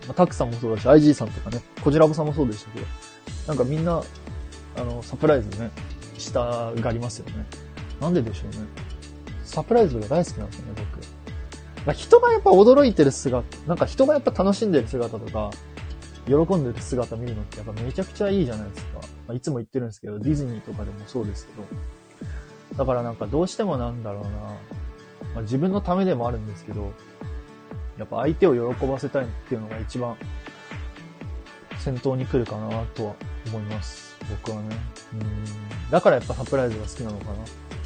タクさんもそうだし、IG さんとかね、コジラボさんもそうでしたけど、みんな、サプライズね、したがりますよね。なんででしょうね。サプライズが大好きなんですよね、僕。人がやっぱ驚いてる姿、人がやっぱ楽しんでる姿とか、喜んでる姿見るのってやっぱめちゃくちゃいいじゃないですか。いつも言ってるんですけど、ディズニーとかでもそうですけど。だからどうしても自分のためでもあるんですけど、やっぱ相手を喜ばせたいっていうのが一番先頭に来るかなとは思います。僕はね。だからやっぱサプライズが好きなのかな。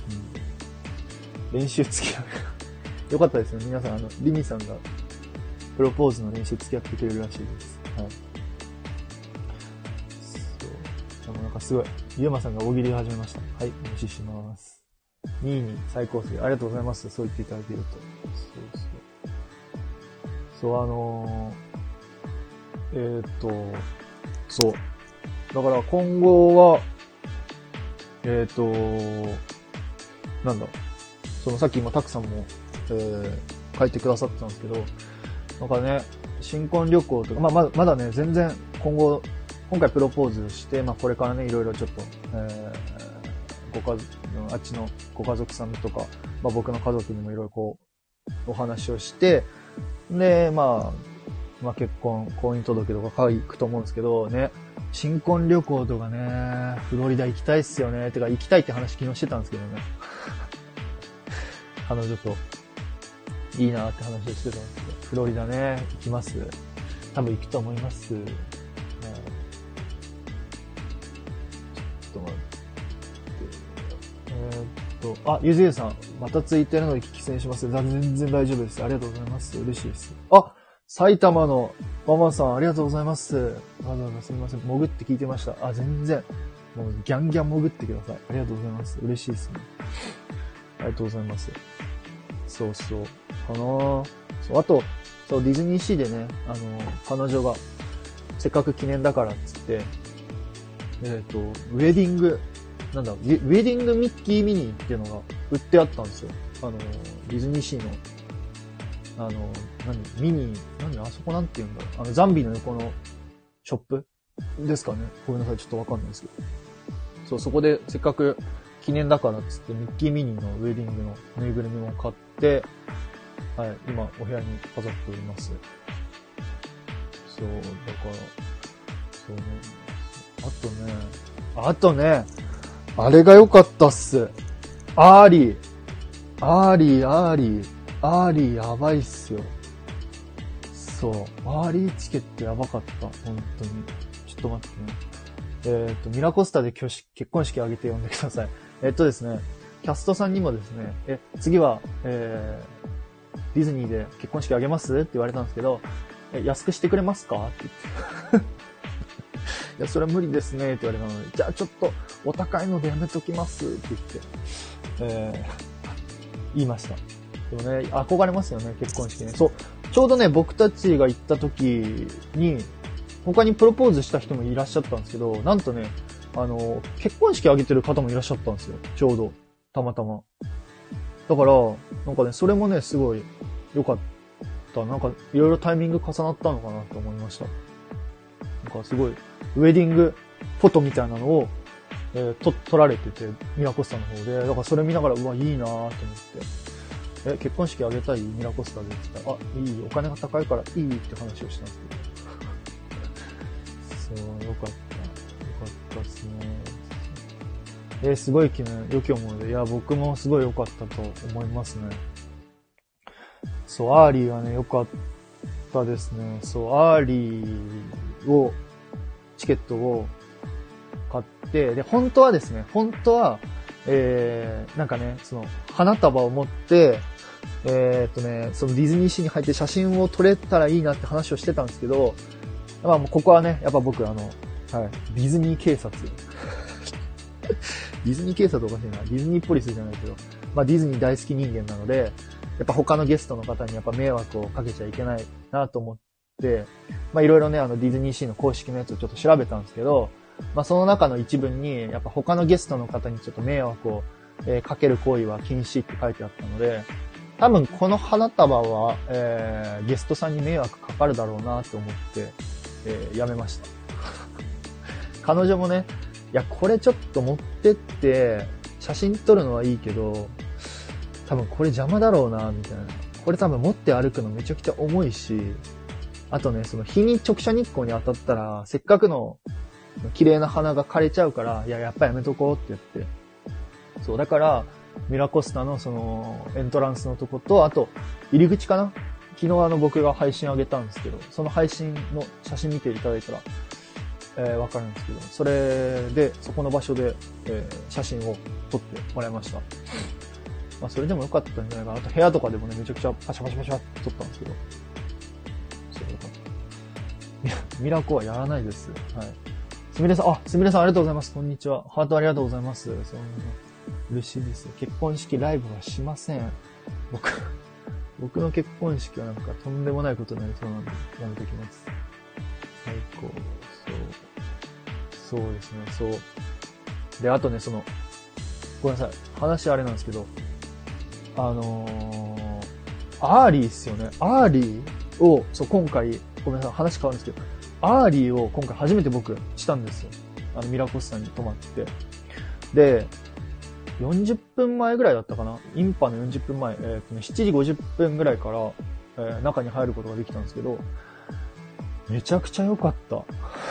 練習付き合う。よかったですよ。皆さん、リミさんがプロポーズの練習付き合ってくれるらしいです。はい。そう。でもすごい、ゆうまさんが大喜利を始めました。はい、無視します。2位に最高数。ありがとうございます。そう言っていただけると。そう。だから今後は、さっき今タクさんも、 書いてくださってたんですけど、なんかね、新婚旅行とか、まだね、全然今回プロポーズして、これからね、いろいろちょっと、あっちのご家族さんとか、僕の家族にもいろいろお話をして、で、結婚、婚姻届とか行くと思うんですけど、ね、新婚旅行とかね、フロリダ行きたいっすよね。てか、行きたいって話昨日してたんですけどね。彼女と、いいなって話をしてたんですけど、フロリダね、行きます。多分行くと思います。ちょっと待って。ゆずゆさん、またツイッターなので聞き戦します。全然大丈夫です。ありがとうございます。嬉しいです。埼玉のママさん、ありがとうございます。わざわざすみません。潜って聞いてました。全然。もうギャンギャン潜ってください。ありがとうございます。嬉しいですね。ありがとうございます。そうそう。かなぁ。あと、ディズニーシーでね、彼女が、せっかく記念だからっつって、ウェディングミッキーミニーっていうのが売ってあったんですよ。ディズニーシーの、ミニー、あそこなんて言うんだろう。ザンビの横のショップですかね。ごめんなさい、ちょっとわかんないですけど。そう、そこでせっかく記念だからっつってミッキーミニーのウェディングのぬいぐるみも買って、はい、今お部屋に飾っております。そう、だから、そうね。あとね、あれが良かったっす。アーリーやばいっすよ。そう。アーリーチケットやばかった。本当に。ちょっと待ってね。ミラコスタで結婚式あげて呼んでください。ですね、キャストさんにもですね、次は、ディズニーで結婚式あげますって言われたんですけど、安くしてくれますかって言って。いや、それは無理ですねって言われたので、じゃあちょっとお高いのでやめときますって言って、言いました。でもね、憧れますよね、結婚式ね。そう。ちょうどね、僕たちが行った時に、他にプロポーズした人もいらっしゃったんですけど、なんとね、結婚式挙げてる方もいらっしゃったんですよ。ちょうど。たまたま。だから、なんかね、それもね、すごい良かった。なんか、いろいろタイミング重なったのかなと思いました。なんかすごい、ウェディングフォトみたいなのを、撮られてて、ミラコスタの方で、だからそれ見ながら、うわ、いいなーと思って、結婚式あげたいミラコスタでって言ったら、いい、お金が高いからいいって話をしたんですけど。そう、よかったですね。すごい記念、良き思い出。いや、僕もすごい良かったと思いますね。そう、アーリーはね、良かったですね。そう、アーリーを、チケットを買って、で、本当は、なんかね、その、花束を持って、そのディズニーシーに入って写真を撮れたらいいなって話をしてたんですけど、もうここはね、やっぱ僕ディズニー警察。ディズニー警察おかしいな。ディズニーポリスじゃないけど、ディズニー大好き人間なので、やっぱ他のゲストの方にやっぱ迷惑をかけちゃいけないなと思って、いろいろね、ディズニーシーの公式のやつをちょっと調べたんですけど、その中の一文に、やっぱ他のゲストの方にちょっと迷惑を、かける行為は禁止って書いてあったので、多分この花束は、ゲストさんに迷惑かかるだろうなと思って、やめました。彼女もね、いや、これちょっと持ってって、写真撮るのはいいけど、多分これ邪魔だろうな、みたいな。これ多分持って歩くのめちゃくちゃ重いし、あとね、その日に直射日光に当たったら、せっかくの綺麗な花が枯れちゃうから、いや、やっぱやめとこうって言って。そう、だから、ミラコスタのその、エントランスのとこと、あと、入り口かな？昨日僕が配信上げたんですけど、その配信の写真見ていただいたら、わかるんですけど、それで、そこの場所で、写真を撮ってもらいました。それでも良かったんじゃないかな。あと部屋とかでもね、めちゃくちゃパシャパシャパシャって撮ったんですけど。そうよかった。ミラコはやらないです。はい。すみれさんありがとうございます。こんにちは。ハートありがとうございます。嬉しいです。結婚式ライブはしません。僕の結婚式はなんかとんでもないことになりそうなんで、やめときます。最高。そうですね、そう。で、あとね、ごめんなさい。話あれなんですけど、 アーリーっすよね。アーリーを、今回、ごめんなさい、話変わるんですけど、アーリーを今回初めて僕したんですよ。ミラコスタに泊まって。で、40分前ぐらいだったかな。インパの40分前、7時50分ぐらいから、中に入ることができたんですけど、めちゃくちゃ良かった。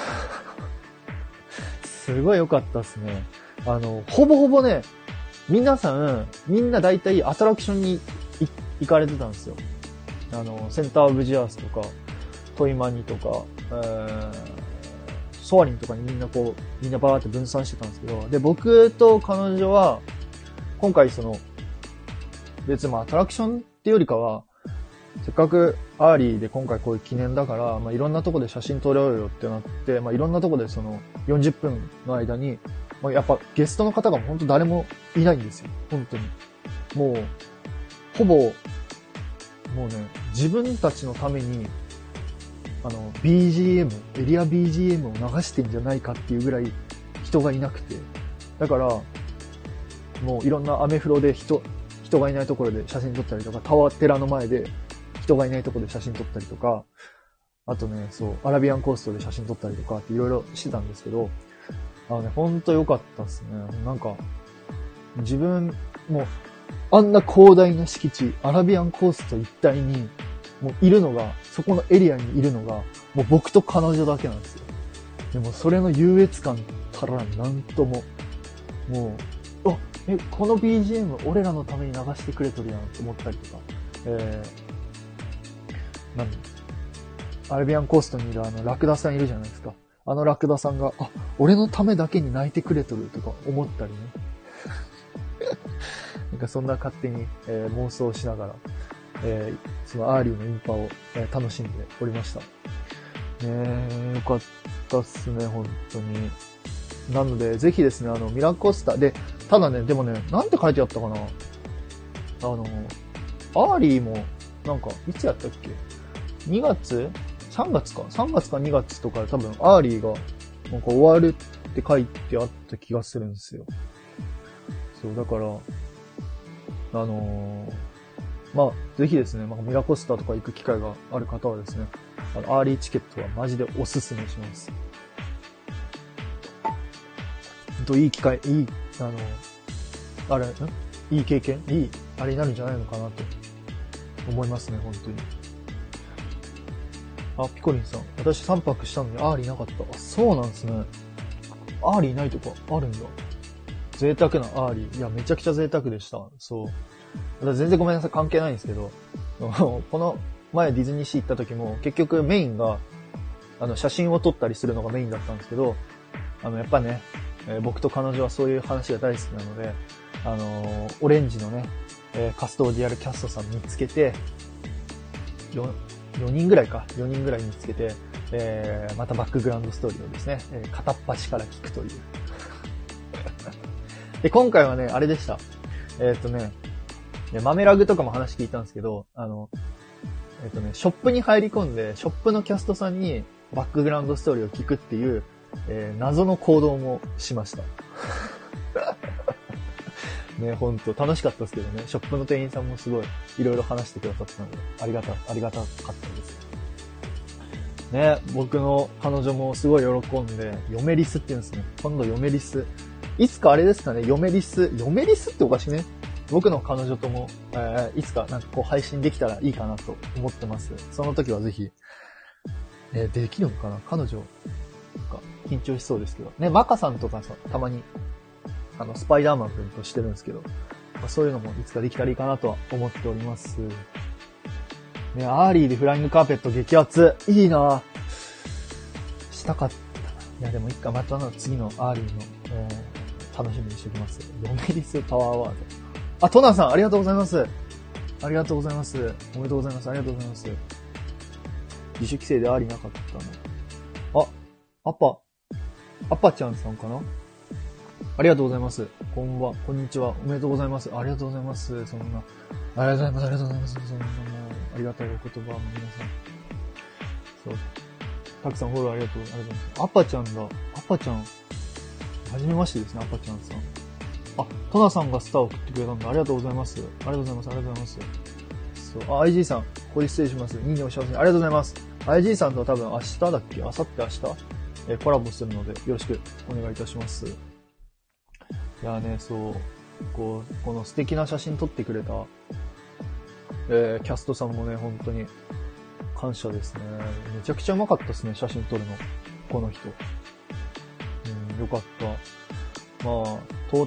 すごい良かったですね。ほぼほぼね、みんな大体アトラクションに行かれてたんですよ。センターオブジアースとか、トイマニとか、ソアリンとかにみんなバーって分散してたんですけど、で、僕と彼女は、今回別にアトラクションっていうよりかは、せっかくアーリーで今回こういう記念だから、いろんなとこで写真撮ろうよってなって、いろんなとこで40分の間に、やっぱゲストの方が本当誰もいないんですよ。本当に。もう、ほぼ、もうね、自分たちのために、BGM、エリア BGM を流してんじゃないかっていうぐらい人がいなくて。だから、もういろんなアメフロで人がいないところで写真撮ったりとか、タワー寺の前で人がいないところで写真撮ったりとか、あとね、アラビアンコーストで写真撮ったりとかっていろいろしてたんですけど、ほんと良かったですね。なんか、自分、もう、あんな広大な敷地、アラビアンコースト一帯に、もういるのが、そこのエリアにいるのが、もう僕と彼女だけなんですよ。でもそれの優越感たらなんとも、もう、この BGM 俺らのために流してくれとるやんって思ったりとか、アラビアンコーストにいるラクダさんいるじゃないですか。ラクダさんが、俺のためだけに泣いてくれとるとか思ったりね。なんかそんな勝手に、妄想しながら、そのアーリーのインパを、楽しんでおりました。よかったっすね、本当に。なので、ぜひですね、ミラコスタで、ただね、でもね、なんて書いてあったかな。アーリーも、なんか、いつやったっけ ?2 月 ?3 月か ?3 月か2月とかで多分、アーリーが、なんか終わるって書いてあった気がするんですよ。そう、だから、ぜひですね、ミラコスタとか行く機会がある方はですね、アーリーチケットはマジでおすすめします。いい機会、いい経験あれになるんじゃないのかなと思いますね、本当に。ピコリンさん。私3泊したのにアーリーなかった。そうなんですね。アーリーないとかあるんだ。贅沢なアーリー。いや、めちゃくちゃ贅沢でした。そう。私全然ごめんなさい、関係ないんですけど、この前ディズニーシー行った時も、結局メインが、写真を撮ったりするのがメインだったんですけど、やっぱね、僕と彼女はそういう話が大好きなので、オレンジのね、カストーディアルキャストさん見つけて、4人ぐらい見つけて、またバックグラウンドストーリーをですね、片っ端から聞くという。で、今回はね、あれでした。マメラグとかも話聞いたんですけど、ショップに入り込んで、ショップのキャストさんにバックグラウンドストーリーを聞くっていう、謎の行動もしました。ね、ほんと楽しかったですけどね、ショップの店員さんもすごいいろいろ話してくださったので、ありがたかったです。ね、僕の彼女もすごい喜んで、嫁リスって言うんですね。今度嫁リス。いつかあれですかね、嫁リスっておかしいね。僕の彼女とも、いつかなんかこう配信できたらいいかなと思ってます。その時はぜひ、できるのかな彼女が緊張しそうですけど。ね、マカさんとかさ、たまに、スパイダーマン君としてるんですけど、そういうのもいつかできたらいいかなとは思っております。ね、アーリーでフライングカーペット激アツ。いいなしたかったな。いや、でもいっか、また次のアーリーの、楽しみにしておきます。ヨメリスパワーアワード。トナさん、ありがとうございます。ありがとうございます。おめでとうございます。ありがとうございます。自主規制でアーリーなかったの。アパちゃんさんかなありがとうございます。こんばんは、こんにちは。おめでとうございます。ありがとうございます。そんな、ありがとうございます。ありがとうございます。そんなもう、ありがたいお言葉も皆さん。そう。たくさんフォローありがとうございます。アパちゃんだ。アパちゃん。はじめましてですね、アパちゃんさん。トナさんがスターを送ってくれたんだ。ありがとうございます。ありがとうございます。ありがとうございます。 そう。IG さん、ここで失礼します。いいねお幸せに。ありがとうございます。IG さんとは多分明日だっけ明後日明日コラボするので、よろしくお願いいたします。いやね、そう。この素敵な写真撮ってくれた、キャストさんもね、本当に感謝ですね。めちゃくちゃうまかったですね、写真撮るの。この人。よかった。まあ、トー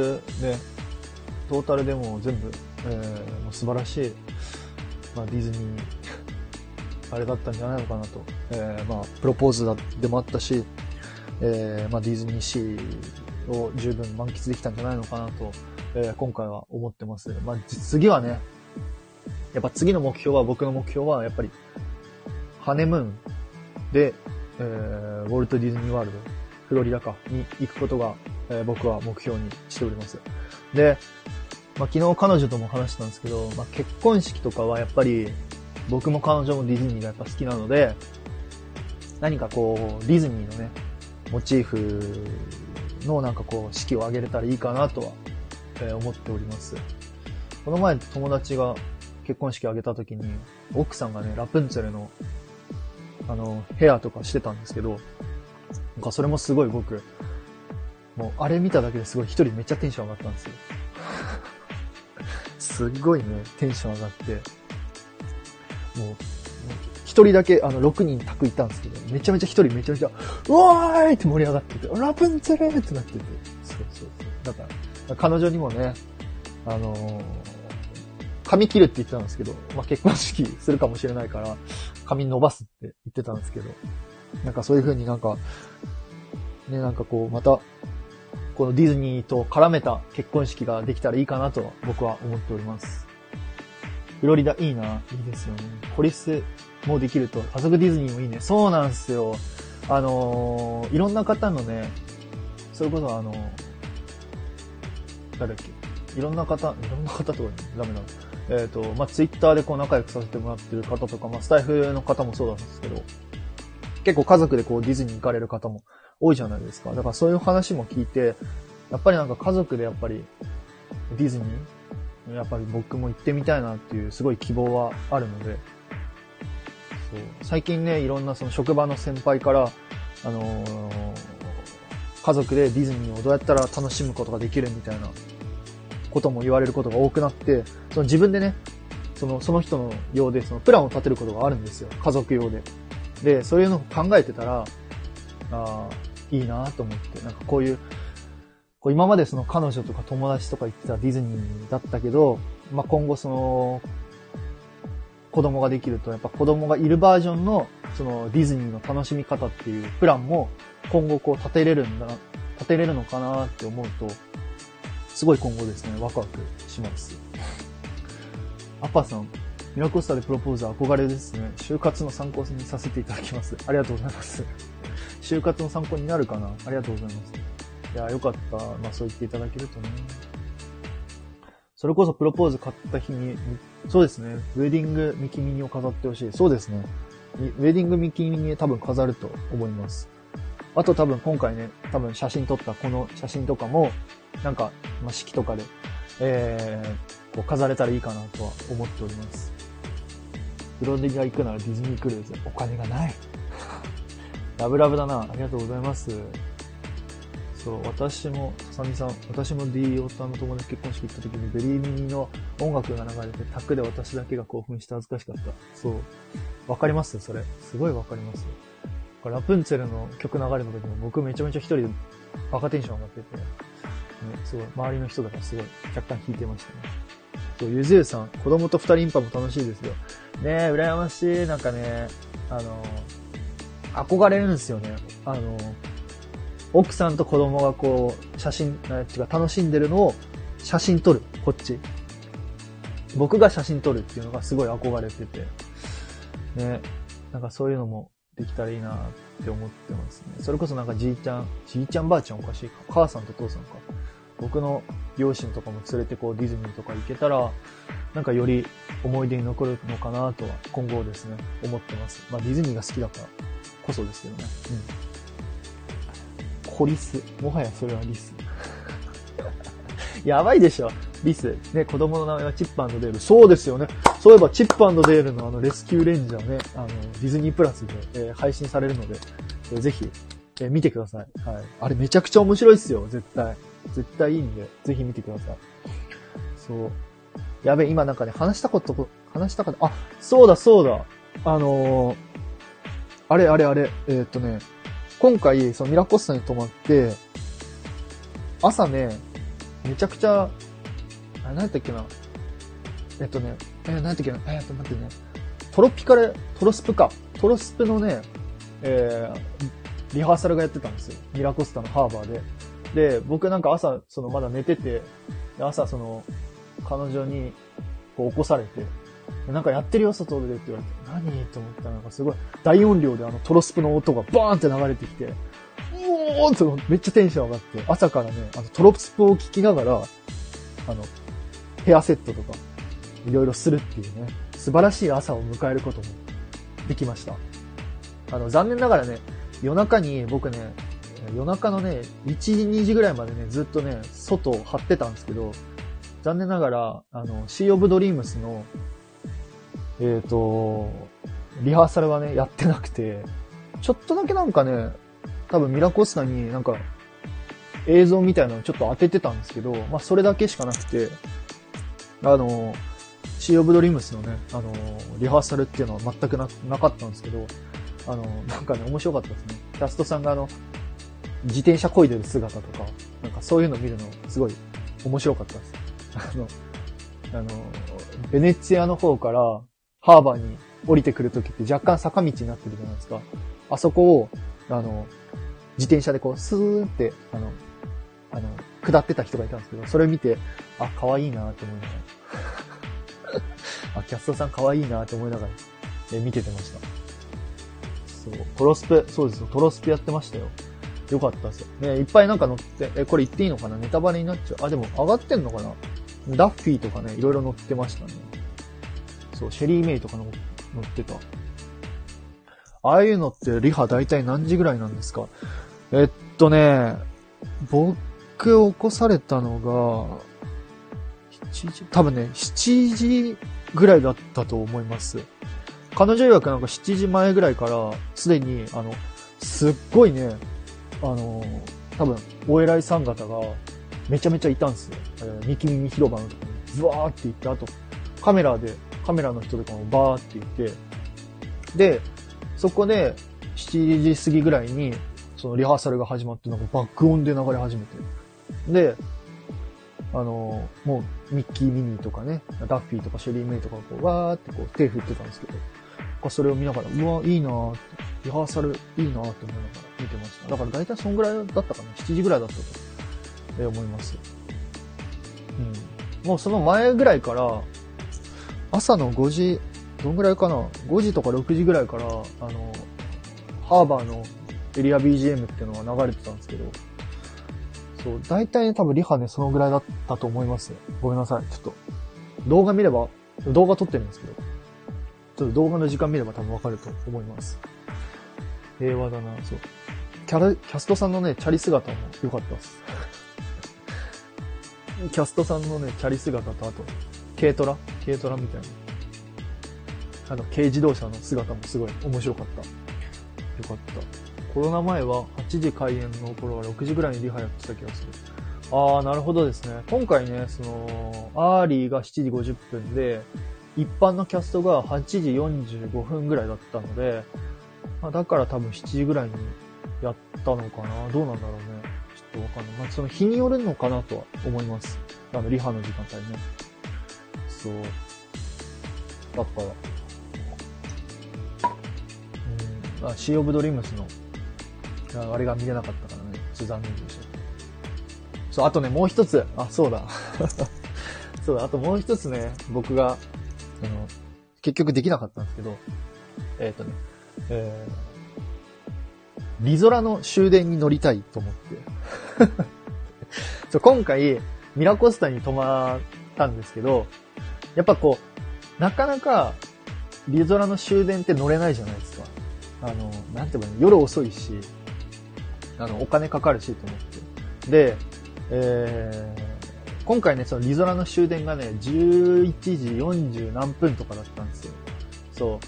タルでも全部、もう素晴らしい、まあ、ディズニー、あれだったんじゃないのかなと。まあ、プロポーズでもあったし、まあ、ディズニーシーを十分満喫できたんじゃないのかなと、今回は思ってます。まあ、次はね、やっぱ次の目標は、僕の目標は、やっぱり、ハネムーンで、ウォルト・ディズニー・ワールド、フロリダに行くことが、僕は目標にしております。で、まあ、昨日彼女とも話したんですけど、まあ、結婚式とかはやっぱり、僕も彼女もディズニーがやっぱ好きなので、何かこう、ディズニーのね、モチーフのなんかこう、式を挙げれたらいいかなとは、思っております。この前友達が結婚式挙げた時に、奥さんがね、ラプンツェルの、ヘアとかしてたんですけど、なんかそれもすごい僕、もうあれ見ただけですごい一人めっちゃテンション上がったんですよ。すっごいね、テンション上がって、もう、一人だけ、6人宅いたんですけど、めちゃめちゃ一人めちゃめちゃ、うわーいって盛り上がってて、ラプンツェルってなってて、そう。だから、彼女にもね、髪切るって言ってたんですけど、まあ、結婚式するかもしれないから、髪伸ばすって言ってたんですけど、なんかそういう風になんか、ね、なんかこう、また、このディズニーと絡めた結婚式ができたらいいかなと僕は思っております。フロリダいいな、いいですよね。ポリスもできると、家族ディズニーもいいね。そうなんですよ。いろんな方のね、それこそ誰だっけ、いろんな方とかダメなの。まあ、ツイッターでこう仲良くさせてもらってる方とか、まあ、スタイフの方もそうなんですけど、結構家族でこうディズニー行かれる方も多いじゃないですか。だからそういう話も聞いて、やっぱりなんか家族でやっぱりディズニー、やっぱり僕も行ってみたいなっていうすごい希望はあるので、そう最近ね、いろんなその職場の先輩から、家族でディズニーをどうやったら楽しむことができるみたいなことも言われることが多くなって、その自分でね、その人の用でそのプランを立てることがあるんですよ。家族用で。で、そういうのを考えてたら、いいなと思って、なんかこういう、今までその彼女とか友達とか行ってたディズニーだったけど、まあ、今後その、子供ができると、やっぱ子供がいるバージョンの、そのディズニーの楽しみ方っていうプランも、今後こう立てれるのかなって思うと、すごい今後ですね、ワクワクします。アッパーさん、ミラコスタでプロポーズ憧れですね。就活の参考にさせていただきます。ありがとうございます。就活の参考になるかな。ありがとうございます。いや、よかった。まあそう言っていただけるとね。それこそプロポーズ買った日に、そうですね、ウェディングミキミニを飾ってほしい。そうですね。ウェディングミキミニ多分飾ると思います。あと多分今回ね、多分写真撮ったこの写真とかも、なんか、まあ、式とかで、こう飾れたらいいかなとは思っております。フロリダ行くならディズニークルーズ。お金がない。ラブラブだな。ありがとうございます。そう、私も D オタの友達結婚式行った時にベリーミニの音楽が流れて、宅で私だけが興奮して恥ずかしかった。そう。わかりますそれ。すごいわかります。ラプンツェルの曲流れた時も僕めちゃめちゃ一人でバカテンション上がってて、ね、すごい、周りの人だからすごい客観弾いてましたね。そう、ゆずゆさん、子供と二人インパも楽しいですよ。ねえ、羨ましい。なんかね、憧れるんですよね。奥さんと子供がこう、写真、楽しんでるのを写真撮る。こっち。僕が写真撮るっていうのがすごい憧れてて。ね。なんかそういうのもできたらいいなって思ってますね。それこそなんかじいちゃんばあちゃんおかしいか。母さんと父さんか。僕の両親とかも連れてこうディズニーとか行けたら、なんかより思い出に残るのかなとは今後ですね、思ってます。まあディズニーが好きだからこそですけどね。コリス。もはやそれはリス。やばいでしょ。 リス。ね、子供の名前はチップ&デール。そうですよね。そういえば、チップ&デールのレスキューレンジャーね、ディズニープラスで、配信されるので、ぜひ、見てください。はい。あれめちゃくちゃ面白いっすよ、絶対。絶対いいんで、ぜひ見てください。そう。やべ、今なんかね、あ、そうだ。あれ。今回、そのミラコスタに泊まって、朝ね、めちゃくちゃ、何やったっけな。何やったっけな。待ってね。トロスプのね、リハーサルがやってたんですよ。ミラコスタのハーバーで。で、僕なんか朝、まだ寝てて、朝彼女に、こう起こされて、なんかやってるよ、外でって言われて、何と思ったらなんかすごい、大音量でトロスプの音がバーンって流れてきて、おーってめっちゃテンション上がって、朝からね、トロスプを聞きながら、ヘアセットとか、いろいろするっていうね、素晴らしい朝を迎えることもできました。残念ながらね、夜中のね、1時、2時ぐらいまでね、ずっとね、外を張ってたんですけど、残念ながら、シー・オブ・ドリームスの、リハーサルはね、やってなくて、ちょっとだけなんかね、多分ミラコスタになんか、映像みたいなのをちょっと当ててたんですけど、まあ、それだけしかなくて、シー・オブ・ドリームスのね、リハーサルっていうのは全くなかったんですけど、なんかね、面白かったですね。キャストさんが自転車漕いでる姿とか、なんかそういうの見るのすごい面白かったです。ベネツィアの方からハーバーに降りてくるときって若干坂道になってるじゃないですか。あそこを、自転車でこう、スーって、下ってた人がいたんですけど、それを見て、あ、可愛いなって思いながら。あ、キャストさん可愛いなって思いながら、見ててました。そう、そうですよ、トロスプやってましたよ。よかったですよ。ね、いっぱいなんか載って、これ言っていいのかな、ネタバレになっちゃう。あ、でも上がってんのかな、ダッフィーとかね、いろいろ載ってましたね。そう、シェリーメイとか載ってた。ああいうのってリハ大体何時ぐらいなんですか？僕起こされたのが、多分ね、7時ぐらいだったと思います。彼女曰くなんか7時前ぐらいから、すでに、すっごいね、多分、お偉いさん方が、めちゃめちゃいたんですよ。ミキミミ広場のところに、ズワーって行って、あと、カメラの人とかもバーって行って、で、そこで、7時過ぎぐらいに、そのリハーサルが始まって、なんか爆音で流れ始めて。で、もう、ミッキー・ミニーとかね、ダッフィーとかシェリー・メイとかこう、わーってこう、手振ってたんですけど、それを見ながら、うわ、いいなーって、リハーサルいいなーって思いながら見てました。だから大体そんぐらいだったかな。7時ぐらいだったと、思います。もうその前ぐらいから、朝の5時、どんぐらいかな ?5 時とか6時ぐらいから、ハーバーのエリア BGM っていうのが流れてたんですけど、そう、大体多分リハね、そのぐらいだったと思います。ごめんなさい。ちょっと、動画撮ってるんですけど、ちょっと動画の時間見れば多分わかると思います。平和だな、そう。キャストさんのね、チャリ姿も良かったです。キャストさんのね、チャリ姿と、あと、軽トラみたいな。軽自動車の姿もすごい面白かった。よかった。コロナ前は8時開演の頃は6時ぐらいにリハやってた気がする。あー、なるほどですね。今回ね、アーリーが7時50分で、一般のキャストが8時45分ぐらいだったので、だから多分7時ぐらいにやったのかな。どうなんだろうね。ちょっとわかんない。その日によるのかなとは思います。リハの時間帯ね。そう。だから、シー・オブ・ドリームスの、あれが見れなかったからね。ちょっと残念でした。そう、あとね、もう一つ。あ、そうだ。そうだ、あともう一つね、僕が、結局できなかったんですけど、リゾラの終電に乗りたいと思って。そう、今回、ミラコスタに泊まったんですけど、やっぱこう、なかなか、リゾラの終電って乗れないじゃないですか。なんていうの、夜遅いし、お金かかるしと思って。で、 今回ね、そのリゾラの終電がね、11時40何分とかだったんですよ。そう。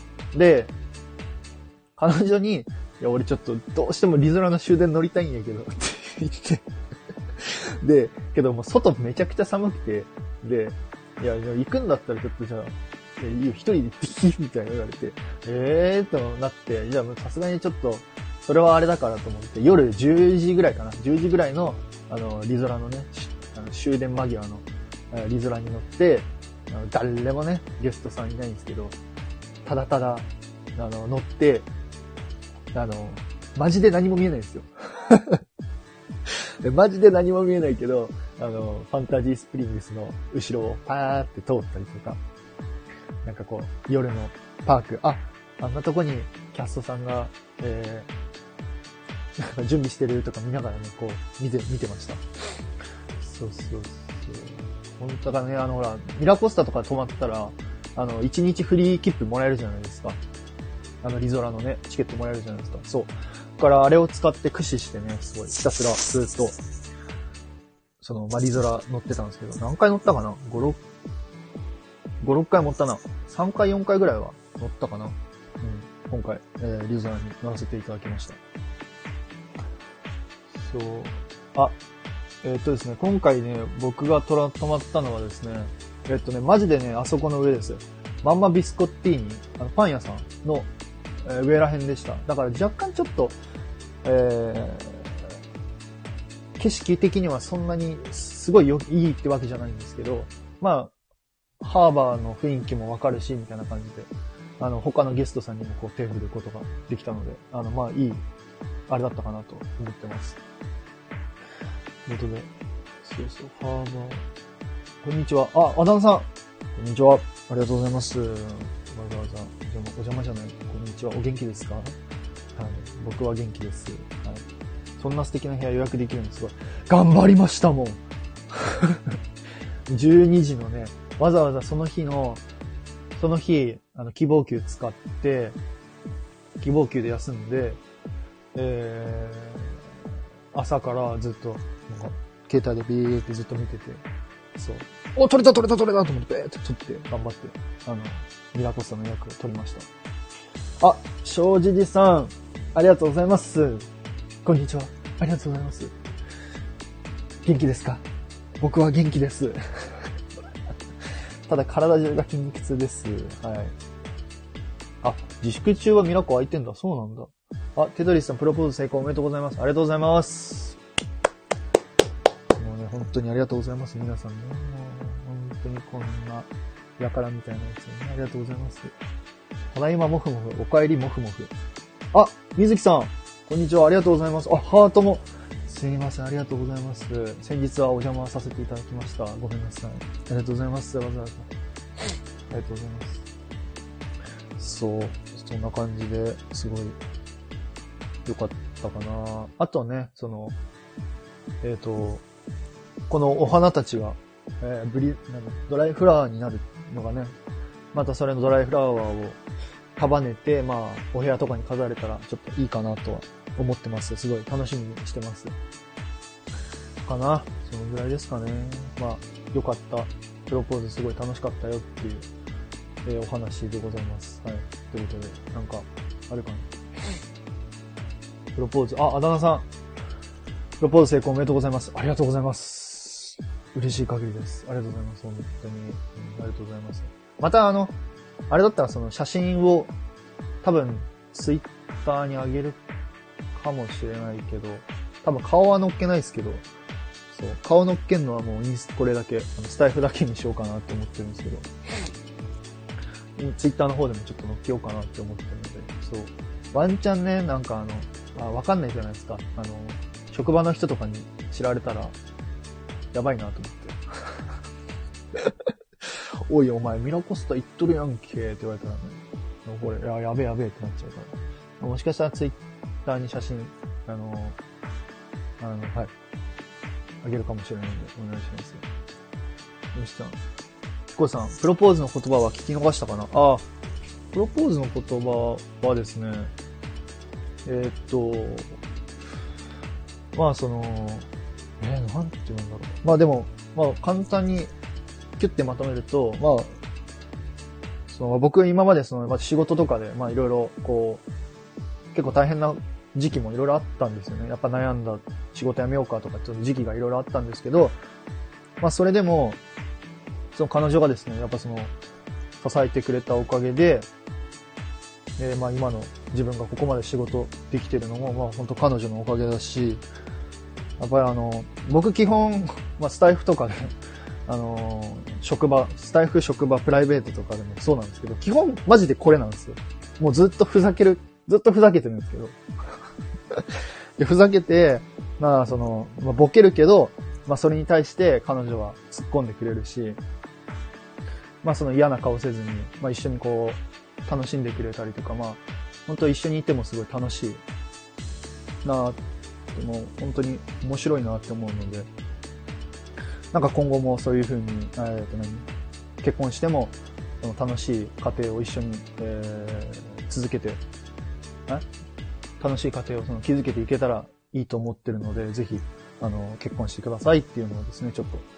で、彼女に、いや、俺ちょっとどうしてもリゾラの終電乗りたいんやけど、って言って。で、けどもう外めちゃくちゃ寒くて、で、いや、行くんだったらちょっとじゃあ、いいよ、一人で行ってき、みたいな言われて、となって、じゃあさすがにちょっと、それはあれだからと思って、夜10時ぐらいかな、10時ぐらいの、リゾラのね、終電間際の、リゾラに乗って、誰もね、ゲストさんいないんですけど、ただただ、乗って、マジで何も見えないんですよ。マジで何も見えないけど、ファンタジースプリングスの後ろをパーって通ったりとか、なんかこう、夜のパーク、あんなとこにキャストさんが、なんか準備してるとか見ながらね、こう、見てました。そうそうそう。本当だね、ほら、ミラコスタとか泊まったら、1日フリー切符もらえるじゃないですか。リゾラのね、チケットもらえるじゃないですか。そう。だから、あれを使って駆使してね、すごい、ひたすら、ずっと、リゾラ乗ってたんですけど、何回乗ったかな ?5、6回乗ったな。3回、4回ぐらいは乗ったかな。うん。今回、リゾラに乗らせていただきました。そう。ですね、今回ね、僕が泊まったのはですね、マジでね、あそこの上ですよ。マンマビスコッティーニ、パン屋さんの、上ら辺でした。だから若干ちょっと、景色的にはそんなにすごいいいってわけじゃないんですけど、まあ、ハーバーの雰囲気もわかるし、みたいな感じで、他のゲストさんにもこう手を振ることができたので、まあ、いい、あれだったかなと思ってます。ということで、そう、ハーバー。こんにちは。アダンさん。こんにちは。ありがとうございます。わざわざ、お邪魔じゃない。こんにちは。お元気ですか？はい。僕は元気です。はい。そんな素敵な部屋予約できるんですごい。頑張りましたもん。12時のね、わざわざその日、希望給使って、希望給で休んで、朝からずっと、なんか、携帯でビーってずっと見てて、そう。お、取れたと思って、ベーって取って、頑張って、ミラコスタの予約取りました。庄司さん、ありがとうございます。こんにちは。ありがとうございます。元気ですか？僕は元気です。ただ体中が筋肉痛です。はい。自粛中はミラコ空いてんだ。そうなんだ。テトリスさんプロポーズ成功おめでとうございます。ありがとうございます。もうね、本当にありがとうございます。皆さんね。もう本当にこんな、やからみたいなやつね。ありがとうございます。ただいまもふもふ、お帰りもふもふ。水木さん、こんにちは。ありがとうございます。ハートも。すいません。ありがとうございます。先日はお邪魔させていただきました。ごめんなさい。ありがとうございます。わざわざ。ありがとうございます。そう。そんな感じですごい良かったかな。あとね、このお花たちが、ドライフラワーになるのがね、またそれのドライフラワーを束ねて、まあ、お部屋とかに飾れたらちょっといいかなとは思ってます。すごい楽しみにしてます。かな。そのぐらいですかね。まあ、良かった。プロポーズすごい楽しかったよっていう、お話でございます。はい。ということで、なんか、あれかな。プロポーズ、あだ名さん。プロポーズ成功おめでとうございます。ありがとうございます。嬉しい限りです。ありがとうございます。本当に、ありがとうございます。またあれだったらその写真を多分ツイッターに上げるかもしれないけど、多分顔は載っけないですけど、そう、顔載っけんのはもうこれだけ、スタイフだけにしようかなって思ってるんですけど、ツイッターの方でもちょっと載っけようかなって思ってるので、そう、ワンチャンね、なんかわかんないじゃないですか。職場の人とかに知られたら、やばいなと思って。おいお前ミラコスタ行っとるやんけって言われたらね、これ、やべえってなっちゃうから。もしかしたらツイッターに写真、はい、あげるかもしれないんで、お願いします。よしさん。ヒコさん、プロポーズの言葉は聞き逃したかな？プロポーズの言葉はですね、まあなんて言うんだろう。まあでも、 簡単にキュッてまとめると、僕今まで仕事とかで、いろいろ結構大変な時期もいろいろあったんですよね。やっぱ悩んだ、仕事辞めようかとかっていう時期がいろいろあったんですけど、それでも、彼女がですね、やっぱ支えてくれたおかげで、今の自分がここまで仕事できてるのも、本当彼女のおかげだし、やっぱり僕基本、スタイフとかで、スタイフ、職場、プライベートとかでもそうなんですけど、基本マジでこれなんですよ。もうずっとふざけてるんですけど。でふざけて、ボケるけど、それに対して彼女は突っ込んでくれるし、嫌な顔せずに、一緒に楽しんでくれたりとか、本当一緒にいてもすごい楽しいなって、もう本当に面白いなって思うので、今後もそういう風に、結婚しても、楽しい家庭を一緒に、続けて、楽しい家庭を築けていけたらいいと思ってるので、ぜひ、結婚してくださいっていうのをですね、ちょっと、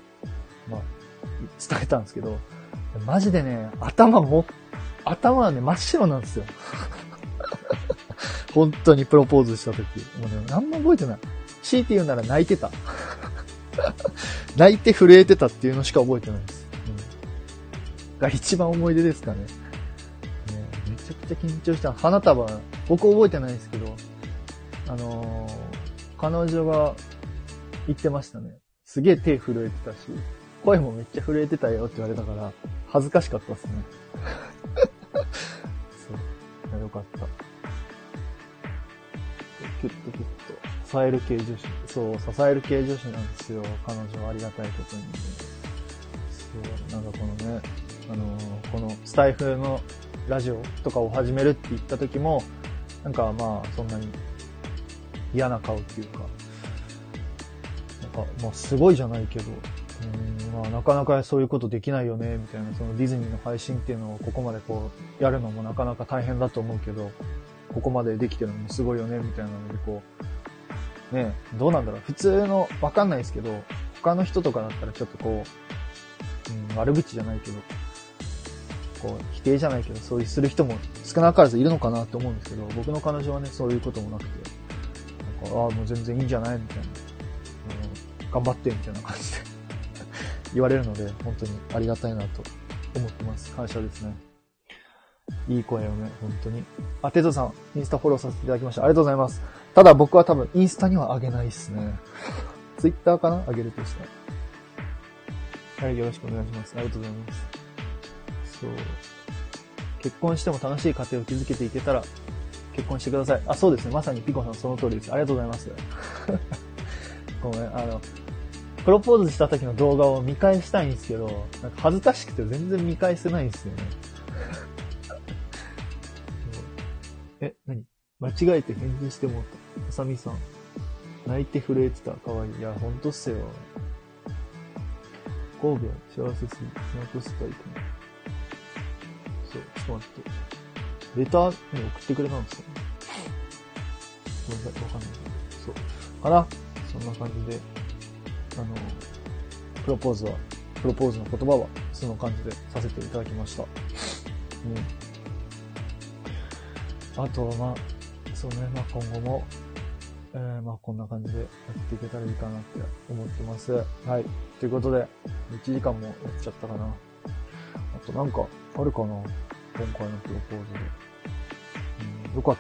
伝えたんですけど、マジでね、頭はね、真っ白なんですよ。本当にプロポーズした時。もうね、何も覚えてない。強いて言うなら泣いてた。泣いて震えてたっていうのしか覚えてないです。が一番思い出ですかね。めちゃくちゃ緊張した。花束、僕覚えてないですけど、彼女が言ってましたね。すげえ手震えてたし、声もめっちゃ震えてたよって言われたから、恥ずかしかったですね。そう。よかった。キュッと。支える系女子。そう、支える系女子なんですよ。彼女はありがたいことに。そう、このスタイフのラジオとかを始めるって言った時も、そんなに嫌な顔っていうか、すごいじゃないけど、なかなかそういうことできないよね、みたいな、ディズニーの配信っていうのをここまでやるのもなかなか大変だと思うけど、ここまでできてるのもすごいよね、みたいなのでどうなんだろう。普通の、わかんないですけど、他の人とかだったらちょっと悪口じゃないけど、否定じゃないけど、そういうする人も少なからずいるのかなと思うんですけど、僕の彼女はね、そういうこともなくて、もう全然いいんじゃないみたいな、頑張ってみたいな感じで言われるので、本当にありがたいなと思ってます。感謝ですね。いい声をね、本当に。テトさん、インスタフォローさせていただきました。ありがとうございます。ただ僕は多分、インスタには上げないっすね。ツイッターかな上げるとしたら。はい、よろしくお願いします。ありがとうございます。そう。結婚しても楽しい家庭を築けていけたら、結婚してください。そうですね。まさにピコさんその通りです。ありがとうございます。ごめん、プロポーズした時の動画を見返したいんですけど、恥ずかしくて全然見返せないんですよね。何？間違えて返事してもった。あさみさん。泣いて震えてた。かわいい。いや、ほんとっすよ。神戸は幸せすぎ。残すタイプ。そう、ちょっと待って。レターに送ってくれたんですよね。ごめんなさい、わかんない。そう。かな？そんな感じで、プロポーズの言葉は、その感じでさせていただきました。あとは、そうね、今後も、こんな感じでやっていけたらいいかなって思ってます。はい。ということで、1時間もやっちゃったかな。あとなんか、あるかな？今回のプロポーズで。よかった。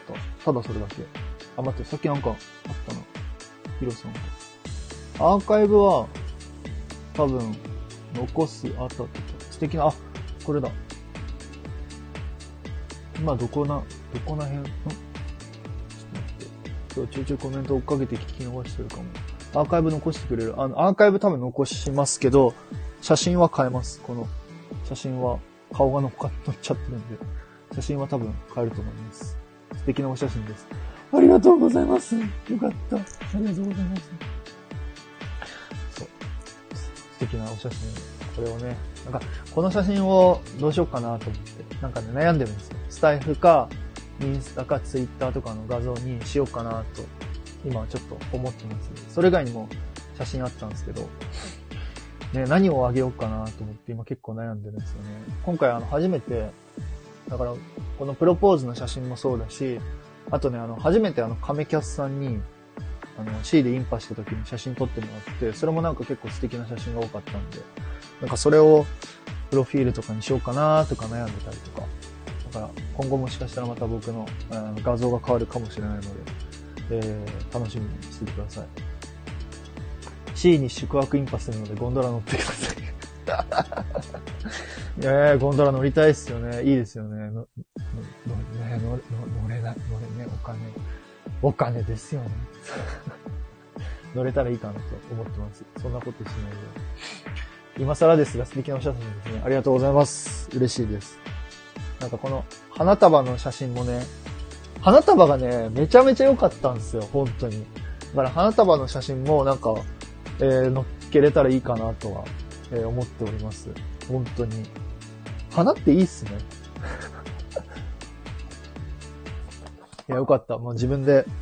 ただそれだけ。待って、さっきなんかあったな。ヒロさんが。アーカイブは、多分、残すあったとか、素敵な、これだ。今どこら辺ちょっと待って。ちょいちょいコメント追っかけて聞き逃してるかも。アーカイブ残してくれる。アーカイブ多分残しますけど、写真は変えます。この写真は顔が乗っちゃってるんで、写真は多分変えると思います。素敵なお写真です。ありがとうございます。よかった。ありがとうございます。そう。素敵なお写真。これをね、この写真をどうしようかなと思って、悩んでるんですよ。スタイフか、インスタかツイッターとかの画像にしようかなと、今ちょっと思ってます。それ以外にも写真あったんですけど、 ね、何をあげようかなと思って今結構悩んでるんですよね。今回初めて、だから、このプロポーズの写真もそうだし、あとね、初めてカメキャスさんに、C でインパした時に写真撮ってもらって、それもなんか結構素敵な写真が多かったんで、なんかそれを、プロフィールとかにしようかなとか悩んでたりとか、だから今後もしかしたらまた僕の画像が変わるかもしれないので、楽しみにしててください。C に宿泊インパするのでゴンドラ乗ってください。ゴンドラ乗りたいっすよね。いいですよね。乗れない、お金ですよね。乗れたらいいかなと思ってます。そんなことしないで。今更ですが素敵なお写真ですね。ありがとうございます。嬉しいです。なんかこの花束の写真もね、花束がね、めちゃめちゃ良かったんですよ、本当に。だから花束の写真もなんか、乗っけれたらいいかなとは、思っております。本当に。花っていいっすね。いや、よかった。もう自分で、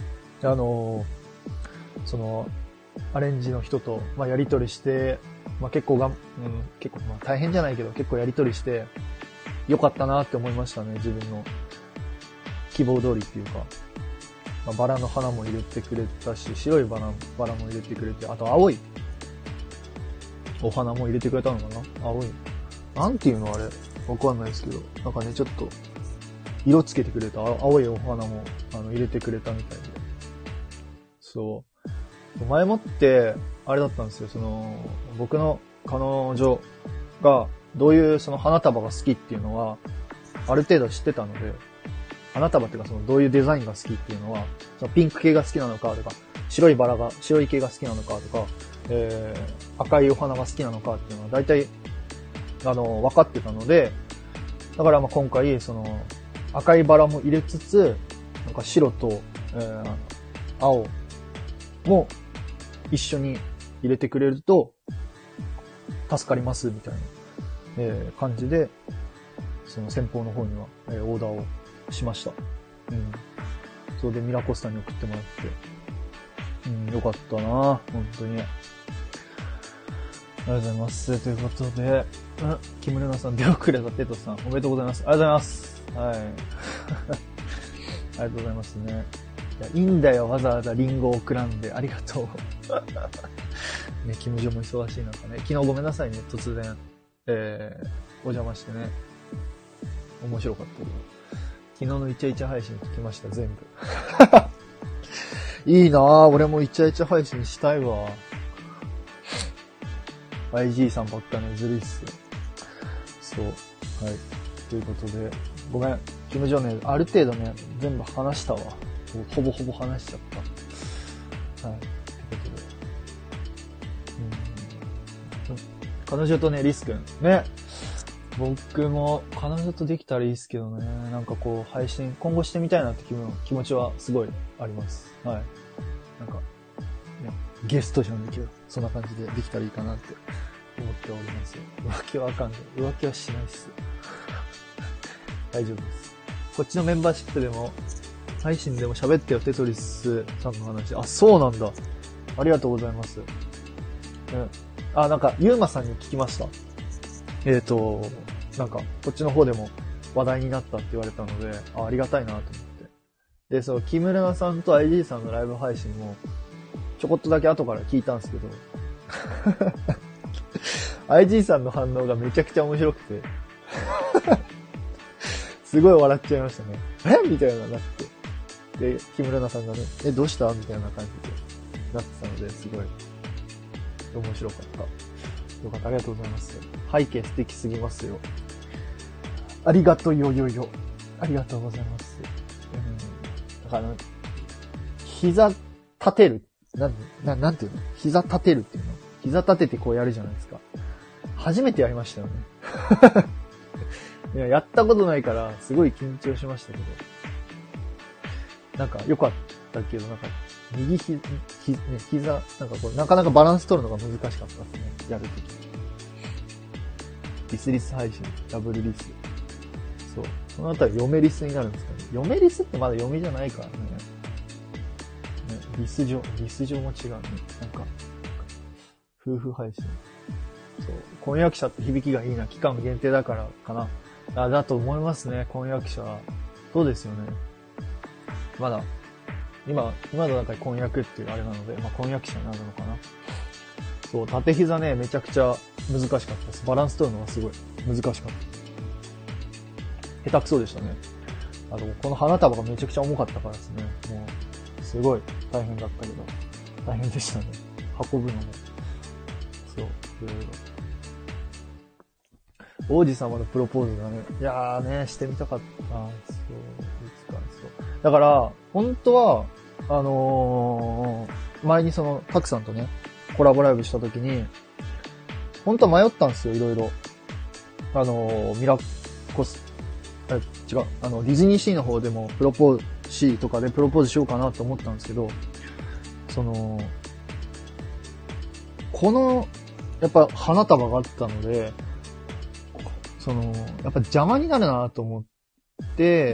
その、アレンジの人と、まあ、やりとりして、まあ、結構まあ、大変じゃないけど、結構やりとりして、よかったなって思いましたね、自分の希望通りっていうか。まあ、バラの花も入れてくれたし、白いバラも入れてくれて、あと青いお花も入れてくれたのかな、青い。なんていうのあれわかんないですけど、なんかね、ちょっと、色つけてくれた青いお花も、入れてくれたみたいで。そう。前もって、あれだったんですよ、僕の彼女が、どういうその花束が好きっていうのは、ある程度知ってたので、花束っていうかどういうデザインが好きっていうのは、そのピンク系が好きなのかとか、白い系が好きなのかとか、赤いお花が好きなのかっていうのは大体、分かってたので、だからまあ今回、赤いバラも入れつつ、なんか白と、青も一緒に入れてくれると、助かりますみたいな。感じで、その先方の方には、オーダーをしました。うん。それでミラコスタに送ってもらって、よかったな本当に。ありがとうございます。ということで、キムルナさん、出遅れたテトさん、おめでとうございます。ありがとうございます。はい。ありがとうございますね。いいんだよ、わざわざリンゴを送らんで、ありがとう。ね、キムジョも忙しい中ね、昨日ごめんなさいね、突然。お邪魔してね。面白かったけど。昨日のイチャイチャ配信聞きました、全部。いいなぁ、俺もイチャイチャ配信したいわ。IG さんばっかね、ずるいっすよ。そう。はい。ということで、ごめん。キムジョね、ある程度ね、全部話したわ。ほぼ話しちゃった。はい。ということで。彼女とね、リス君。ね。僕も彼女とできたらいいですけどね。なんかこう、配信、今後してみたいなって気持ちはすごいあります。はい。なんか、ね、ゲストじゃないけど、そんな感じでできたらいいかなって思っておりますよ。浮気はあかんで。浮気はしないっす。大丈夫です。こっちのメンバーシップでも、配信でも喋ってよ、テトリスさんの話。あ、そうなんだ。ありがとうございます。あ、なんか、ゆうまさんに聞きました。なんか、こっちの方でも話題になったって言われたので、ありがたいなと思って。で、キムルナさんと IG さんのライブ配信も、ちょこっとだけ後から聞いたんですけど、IG さんの反応がめちゃくちゃ面白くて、すごい笑っちゃいましたね。みたいななって。で、キムルナさんがね、どうしたみたいな感じでなってたので、すごい面白かった。よかった、ありがとうございます。背景素敵すぎますよ。ありがとうよ。ありがとうございます。だから、膝立てる。なんていうの？膝立てるっていうの？膝立ててこうやるじゃないですか。初めてやりましたよね。いや、やったことないから、すごい緊張しましたけど。なんか、良かったけど、なんか、右膝、なんかこう、なかなかバランス取るのが難しかったですね。やるとき。リス配信、ダブルリス。そう。そのあたり、嫁リスになるんですかね。嫁リスってまだ嫁じゃないからね。リス上も違うね。なんか、夫婦配信。 そう。婚約者って響きがいいな。期間限定だからかな。だと思いますね。婚約者。そうですよね。まだ、今の中で婚約っていうあれなので、婚約者になるのかな。そう、縦膝ね、めちゃくちゃ難しかったです。バランス取るのがすごい難しかった。下手くそでしたね。この花束がめちゃくちゃ重かったからですね。もう、すごい大変だったけど、大変でしたね。運ぶのも。そう、いろいろ。王子様のプロポーズがね、いやーね、してみたかった。そう、いつか、そう。だから、本当は、前にタクさんとね、コラボライブした時に、本当は迷ったんですよ、いろいろ。ミラコス、違う、ディズニーシーの方でもプロポーズ、シーとかでプロポーズしようかなと思ったんですけど、やっぱ花束があったので、やっぱ邪魔になるなと思って、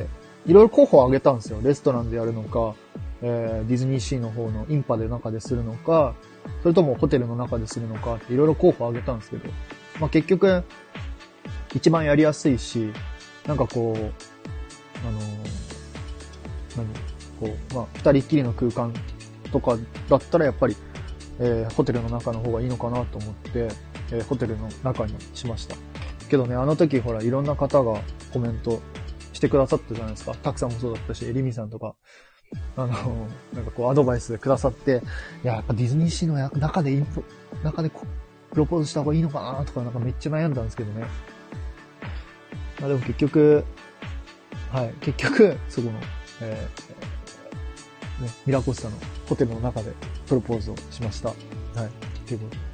いろいろ候補を挙げたんですよ。レストランでやるのか、ディズニーシーの方のインパで中でするのか、それともホテルの中でするのかっていろいろ候補を挙げたんですけど、結局、一番やりやすいし、なんかこう、二人っきりの空間とかだったらやっぱり、ホテルの中の方がいいのかなと思って、ホテルの中にしました。けどね、あの時ほら、いろんな方がコメントしてくださったじゃないですか。たくさんもそうだったし、エリミさんとか、なんかこうアドバイスくださって、やっぱディズニーシーの中でプロポーズした方がいいのかなとかなんかめっちゃ悩んだんですけどね。でも結局、そこの、ミラコスタのホテルの中でプロポーズをしました。はい。ということ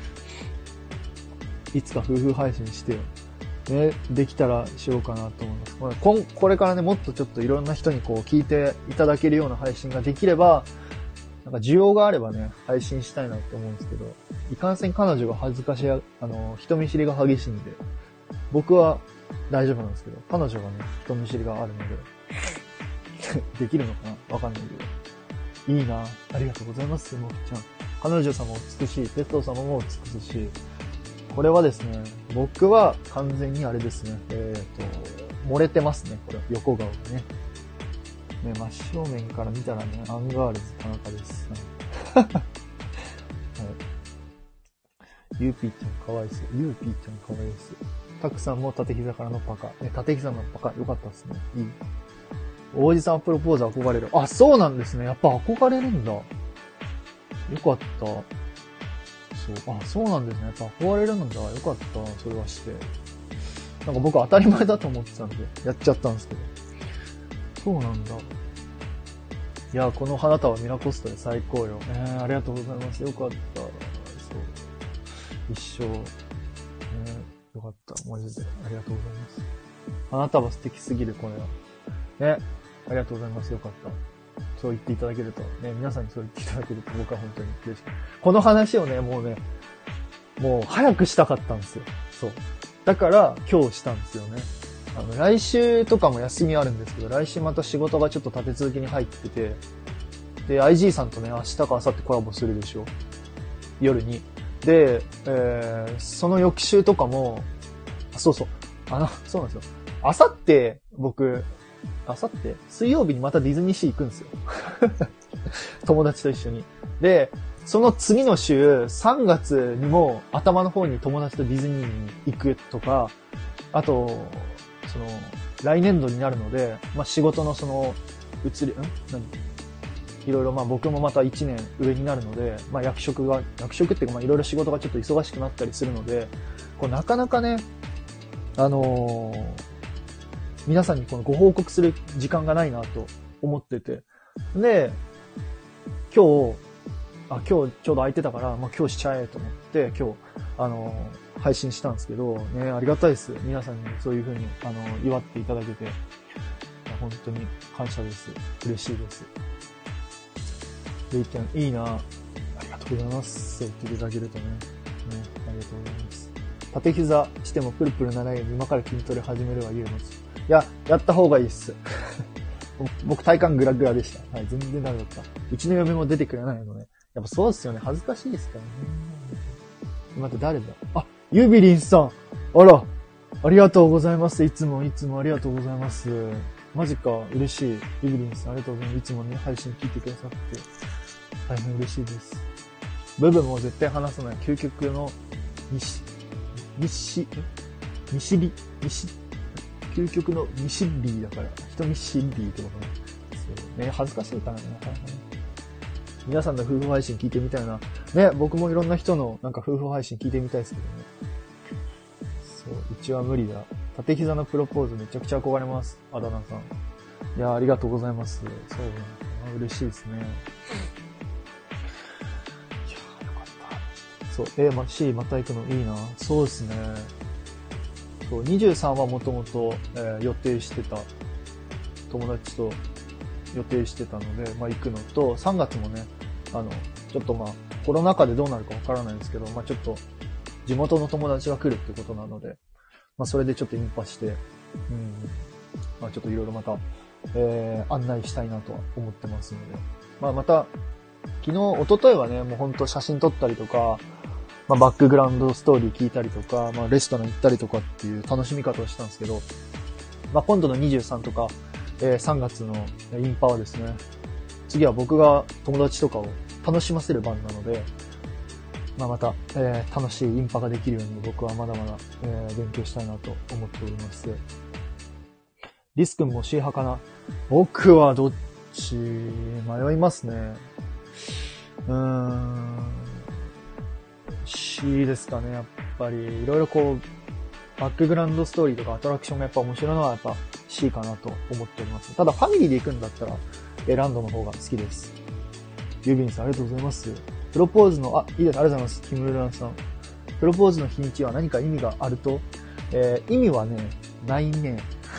で。いつか夫婦配信してよ。ね、できたらしようかなと思います。これからね、もっとちょっといろんな人にこう聞いていただけるような配信ができれば、なんか需要があればね、配信したいなって思うんですけど、いかんせん彼女が恥ずかしい、人見知りが激しいんで、僕は大丈夫なんですけど、彼女がね、人見知りがあるので、できるのかなわかんないけど。いいな。ありがとうございます、もきちゃん。彼女様も美しい、ペット様も美しい。これはですね、僕は完全にあれですね、漏れてますね、これ。横顔がね。真正面から見たらね、アンガールズ田中です。はい。ゆうぴーちゃんかわいそう。ゆうぴーちゃんかわいそう。たくさんも縦膝からのパカ。縦膝のパカ、よかったですね。いい。王子様プロポーズ憧れる。あ、そうなんですね。やっぱ憧れるんだ。よかった。そうなんですね。やっぱ憧れるんだ。よかった。それはして。なんか僕当たり前だと思ってたんで、やっちゃったんですけど。そうなんだ。いや、この花束ミラコスタで最高よ。ありがとうございます。よかった。そう。一生。よかった。マジで。ありがとうございます。花束素敵すぎる、これは。ね。ありがとうございます。よかった。そう言っていただけると、ね、皆さんにそう言っていただけると僕は本当に嬉しい。この話をね、もう早くしたかったんですよ。そう。だから今日したんですよね。来週とかも休みあるんですけど、来週また仕事がちょっと立て続けに入ってて、で、IG さんとね、明日か明後日コラボするでしょ。夜に。で、その翌週とかも、そうなんですよ。明後日、水曜日にまたディズニーシー行くんですよ。友達と一緒に。で、その次の週、3月にも頭の方に友達とディズニーに行くとか、あと、来年度になるので、仕事のいろいろ僕もまた1年上になるので、役職っていうかいろいろ仕事がちょっと忙しくなったりするので、なかなかね、皆さんにご報告する時間がないなと思ってて。で、今日ちょうど空いてたから、今日しちゃえと思って、今日、配信したんですけど、ね、ありがたいです。皆さんにそういう風に、祝っていただけて、本当に感謝です。嬉しいです。レイちゃん、いいな。ありがとうございます。そう言っていただけるとね。ありがとうございます。縦膝してもプルプルならないように今から筋トレ始めるは言うのです。いや、やった方がいいっす。僕体幹グラグラでした。はい、全然ダメだった。うちの嫁も出てくれないのね。やっぱそうですよね。恥ずかしいですからね。待って、誰だ？あ、 ユビリンさん。あら、ありがとうございます。いつもありがとうございます。マジか、嬉しい。ユビリンさん、ありがとうございます。いつもね、配信聞いてくださって、大変嬉しいです。ブブも絶対話さない。究極の究極のミシッリーだから、人見知りってことね。そうね、恥ずかしいからね、皆さんの夫婦配信聞いてみたいな。ね、僕もいろんな人のなんか夫婦配信聞いてみたいですけどね。そう、うちは無理だ。縦膝のプロポーズめちゃくちゃ憧れます。あだ名さん。いや、ありがとうございます。そうなんだ。嬉しいですね。いや、よかった。そう、C また行くのいいな。そうですね。そう、23はもともと予定してた。友達と予定してたので、行くのと、3月もね、ちょっとコロナ禍でどうなるかわからないんですけど、ちょっと、地元の友達が来るってことなので、それでちょっとインパして、ちょっといろいろまた、案内したいなとは思ってますので、また、昨日、一昨日はね、もうほんと写真撮ったりとか、バックグラウンドストーリー聞いたりとか、レストラン行ったりとかっていう楽しみ方をしたんですけど、今度の23とか、3月のインパはですね、次は僕が友達とかを楽しませる番なので、また、楽しいインパができるように僕はまだまだ、勉強したいなと思っております。リス君も C 派かな？僕はどっち迷いますね。C ですかね、やっぱり。いろいろバックグラウンドストーリーとかアトラクションがやっぱ面白いのはやっぱ C かなと思っております。ただファミリーで行くんだったら、ランドの方が好きです。ユービンさんありがとうございます。プロポーズの、いいです、ありがとうございます。キムルランさん。プロポーズの日にちは何か意味があると、意味はね、ないね。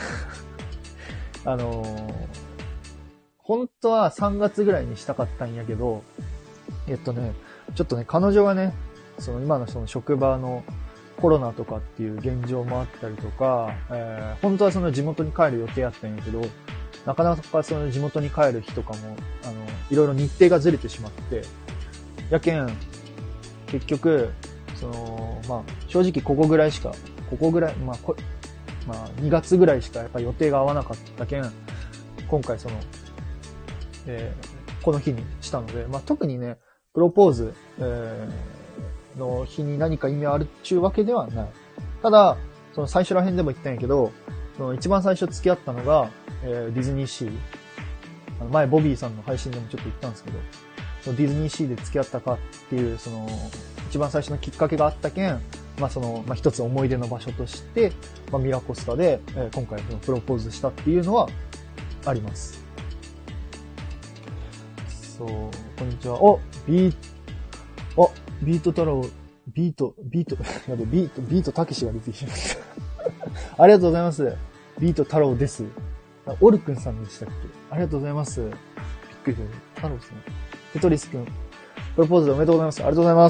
本当は3月ぐらいにしたかったんやけど、ちょっとね、彼女がね、今の職場のコロナとかっていう現状もあったりとか、本当は地元に帰る予定やったんやけど、なかなか地元に帰る日とかも、いろいろ日程がずれてしまって、やけん、結局、正直2月ぐらいしかやっぱ予定が合わなかったけん、今回この日にしたので、特にね、プロポーズ、の日に何か意味あるっちゅうわけではない。ただ、最初ら辺でも言ったんやけど、一番最初付き合ったのが、ディズニーシー。前ボビーさんの配信でもちょっと言ったんですけど、ディズニーシーで付き合ったかっていう、一番最初のきっかけがあったけん、一つ思い出の場所として、ミラコスタで、今回プロポーズしたっていうのはあります。そう、こんにちは。ビート太郎、ビートたけしが出てきました。ありがとうございます。ビート太郎です。オルくんさんでしたっけ？ありがとうございます。びっくりした。太郎ですね。テトリスくん、プロポーズでおめでとうございます。ありがとうございます。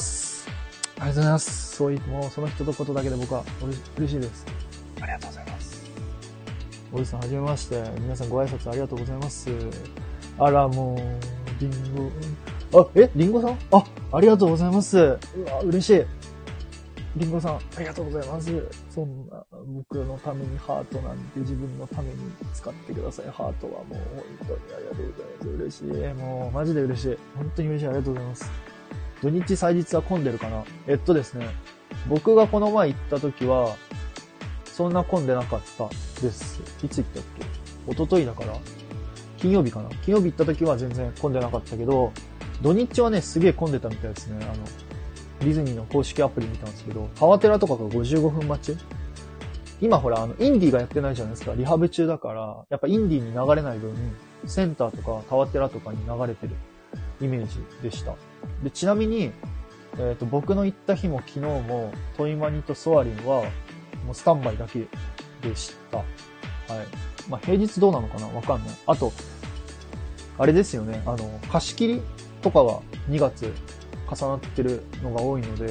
ありがとうございます。もうその一言だけで僕は嬉しいです。ありがとうございます。オルさんはじめまして。皆さんご挨拶ありがとうございます。あら、もう、リンゴさん？ありがとうございます。うわ、嬉しい。リンゴさん、ありがとうございます。そんな、僕のためにハートなんて自分のために使ってください。ハートはもう本当にありがとうございます。嬉しい。もうマジで嬉しい。本当に嬉しい。ありがとうございます。土日祭日は混んでるかな？ですね。僕がこの前行った時は、そんな混んでなかったです。いつ行ったっけ？一昨日だから。金曜日かな？金曜日行った時は全然混んでなかったけど、土日はね、すげえ混んでたみたいですね。ディズニーの公式アプリ見たんですけど、パワテラとかが55分待ち？今ほら、インディーがやってないじゃないですか。リハブ中だから、やっぱインディーに流れない分、センターとかパワテラとかに流れてるイメージでした。で、ちなみに、僕の行った日も昨日も、トイマニとソアリンは、もうスタンバイだけでした。はい。平日どうなのかな？わかんない。あと、あれですよね。貸し切りとかは2月重なってるのが多いので、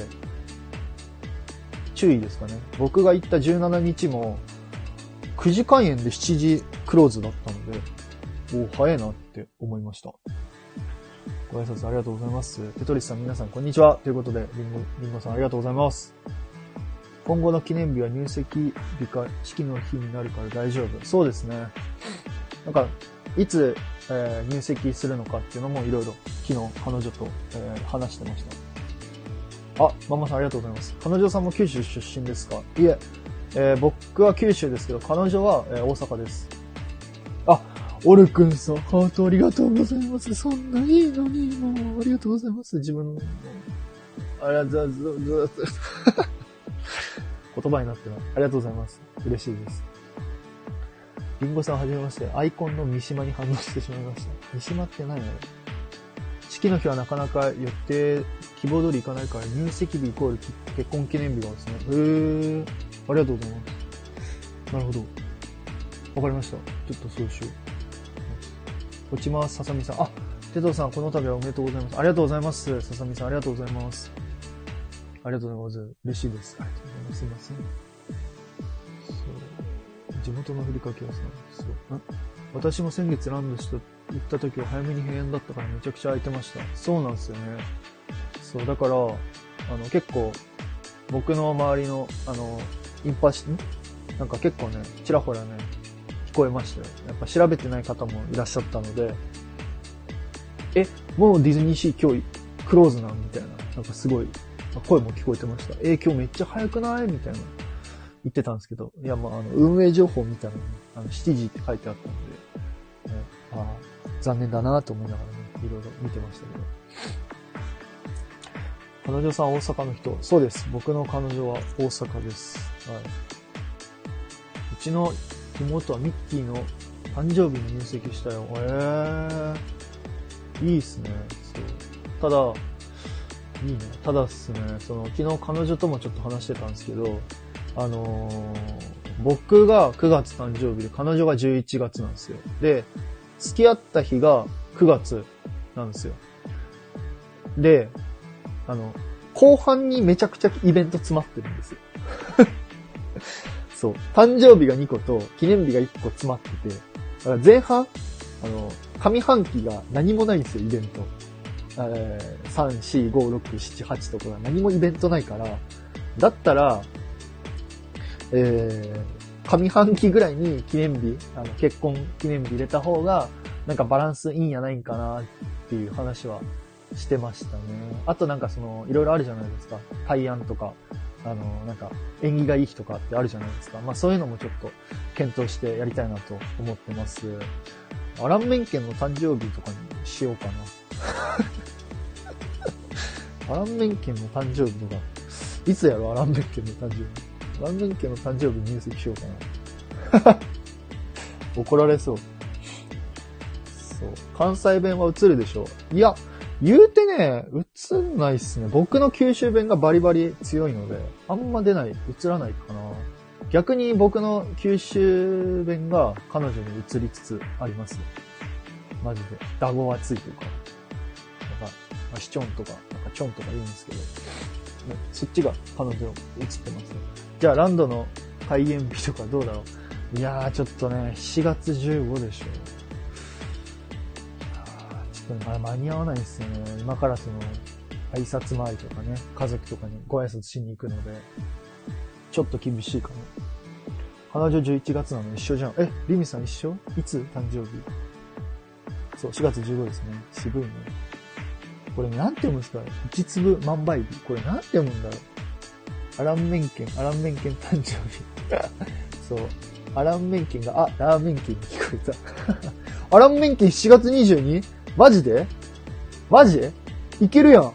注意ですかね。僕が行った17日も、9時開園で7時クローズだったので、早いなって思いました。ご挨拶ありがとうございます。テトリスさん皆さんこんにちは。ということで、リンゴさんありがとうございます。 今後の記念日は入籍日か式の日になるから大丈夫。そうですね。なんか、いつ、入籍するのかっていうのもいろいろ昨日彼女と、話してました。あ、ママさんありがとうございます。彼女さんも九州出身ですか？いえ、僕は九州ですけど、彼女は、大阪です。あ、オルくんさん、ハートありがとうございます。そんないいのに、もう、ありがとうございます。自分の、あら、言葉になってない。ありがとうございます。嬉しいです。リンゴさんはじめまして。アイコンの三島に反応してしまいました。三島って何やろ？式の日はなかなか予定、希望通り行かないから入籍日イコール結婚記念日がですね。ありがとうございます。なるほど。わかりました。ちょっとそうしよう。落ちます、ささみさん。あ、テトさん、この度はおめでとうございます。ありがとうございます。ささみさん、ありがとうございます。ありがとうございます。嬉しいです。ありがとうございます。すいません。地元のふりかけ屋さん。そう。私も先月ランド行った時は早めに閉園だったからめちゃくちゃ空いてました。そうなんですよね。そう、だから、結構、僕の周りの、なんか結構ね、ちらほらね、聞こえましたよ。やっぱ調べてない方もいらっしゃったので、もうディズニーシー今日クローズなんみたいな。なんかすごい、声も聞こえてました。今日めっちゃ早くないみたいな。言ってたんですけど、いや、運営情報みたいなのに、7時って書いてあったので、残念だなと思いながらね、いろいろ見てましたけど。彼女さん大阪の人。そうです。僕の彼女は大阪です。はい。うちの妹はミッキーの誕生日に入籍したよ。いいっすね。そう。ただ、いいね。ただっすね、昨日彼女ともちょっと話してたんですけど、僕が9月誕生日で彼女が11月なんですよ。で、付き合った日が9月なんですよ。で、後半にめちゃくちゃイベント詰まってるんですよ。そう。誕生日が2個と記念日が1個詰まってて、だから前半、上半期が何もないんですよ、イベント。3、4、5、6、7、8とかが何もイベントないから、だったら、上半期ぐらいに記念日、結婚記念日入れた方が、なんかバランスいいんやないんかなっていう話はしてましたね。あとなんかいろいろあるじゃないですか。大安とか、なんか縁起がいい日とかってあるじゃないですか。そういうのもちょっと検討してやりたいなと思ってます。アランメンケンの誕生日とかにしようかな。アランメンケンの誕生日とか、いつやろアランメンケンの誕生日。アランメンケンの誕生日入籍しようかな。怒られそう。そう。関西弁は映るでしょ？いや、言うてね、映んないっすね。僕の九州弁がバリバリ強いので、あんま映らないかな。逆に僕の九州弁が彼女に移りつつあります。マジで。ダゴはついてるから。なんか、シチョンとか、なんかチョンとか言うんですけど、そっちが彼女映ってますね。じゃあランドの開園日とかどうだろう。いやーちょっとね、7月15でしょ。ちょっとね、間に合わないですよね。今から挨拶回りとかね、家族とかにご挨拶しに行くので、ちょっと厳しいかも。彼女11月なの一緒じゃん。リミさん一緒？いつ誕生日？そう、4月15ですね。渋いね。これなんて読むんですか？一粒万倍日。これなんて読むんだろう。アランメンケン誕生日。そう。アランメンケンが、ラーメンケンに聞こえた。アランメンケン7月 22？ マジでいけるやん。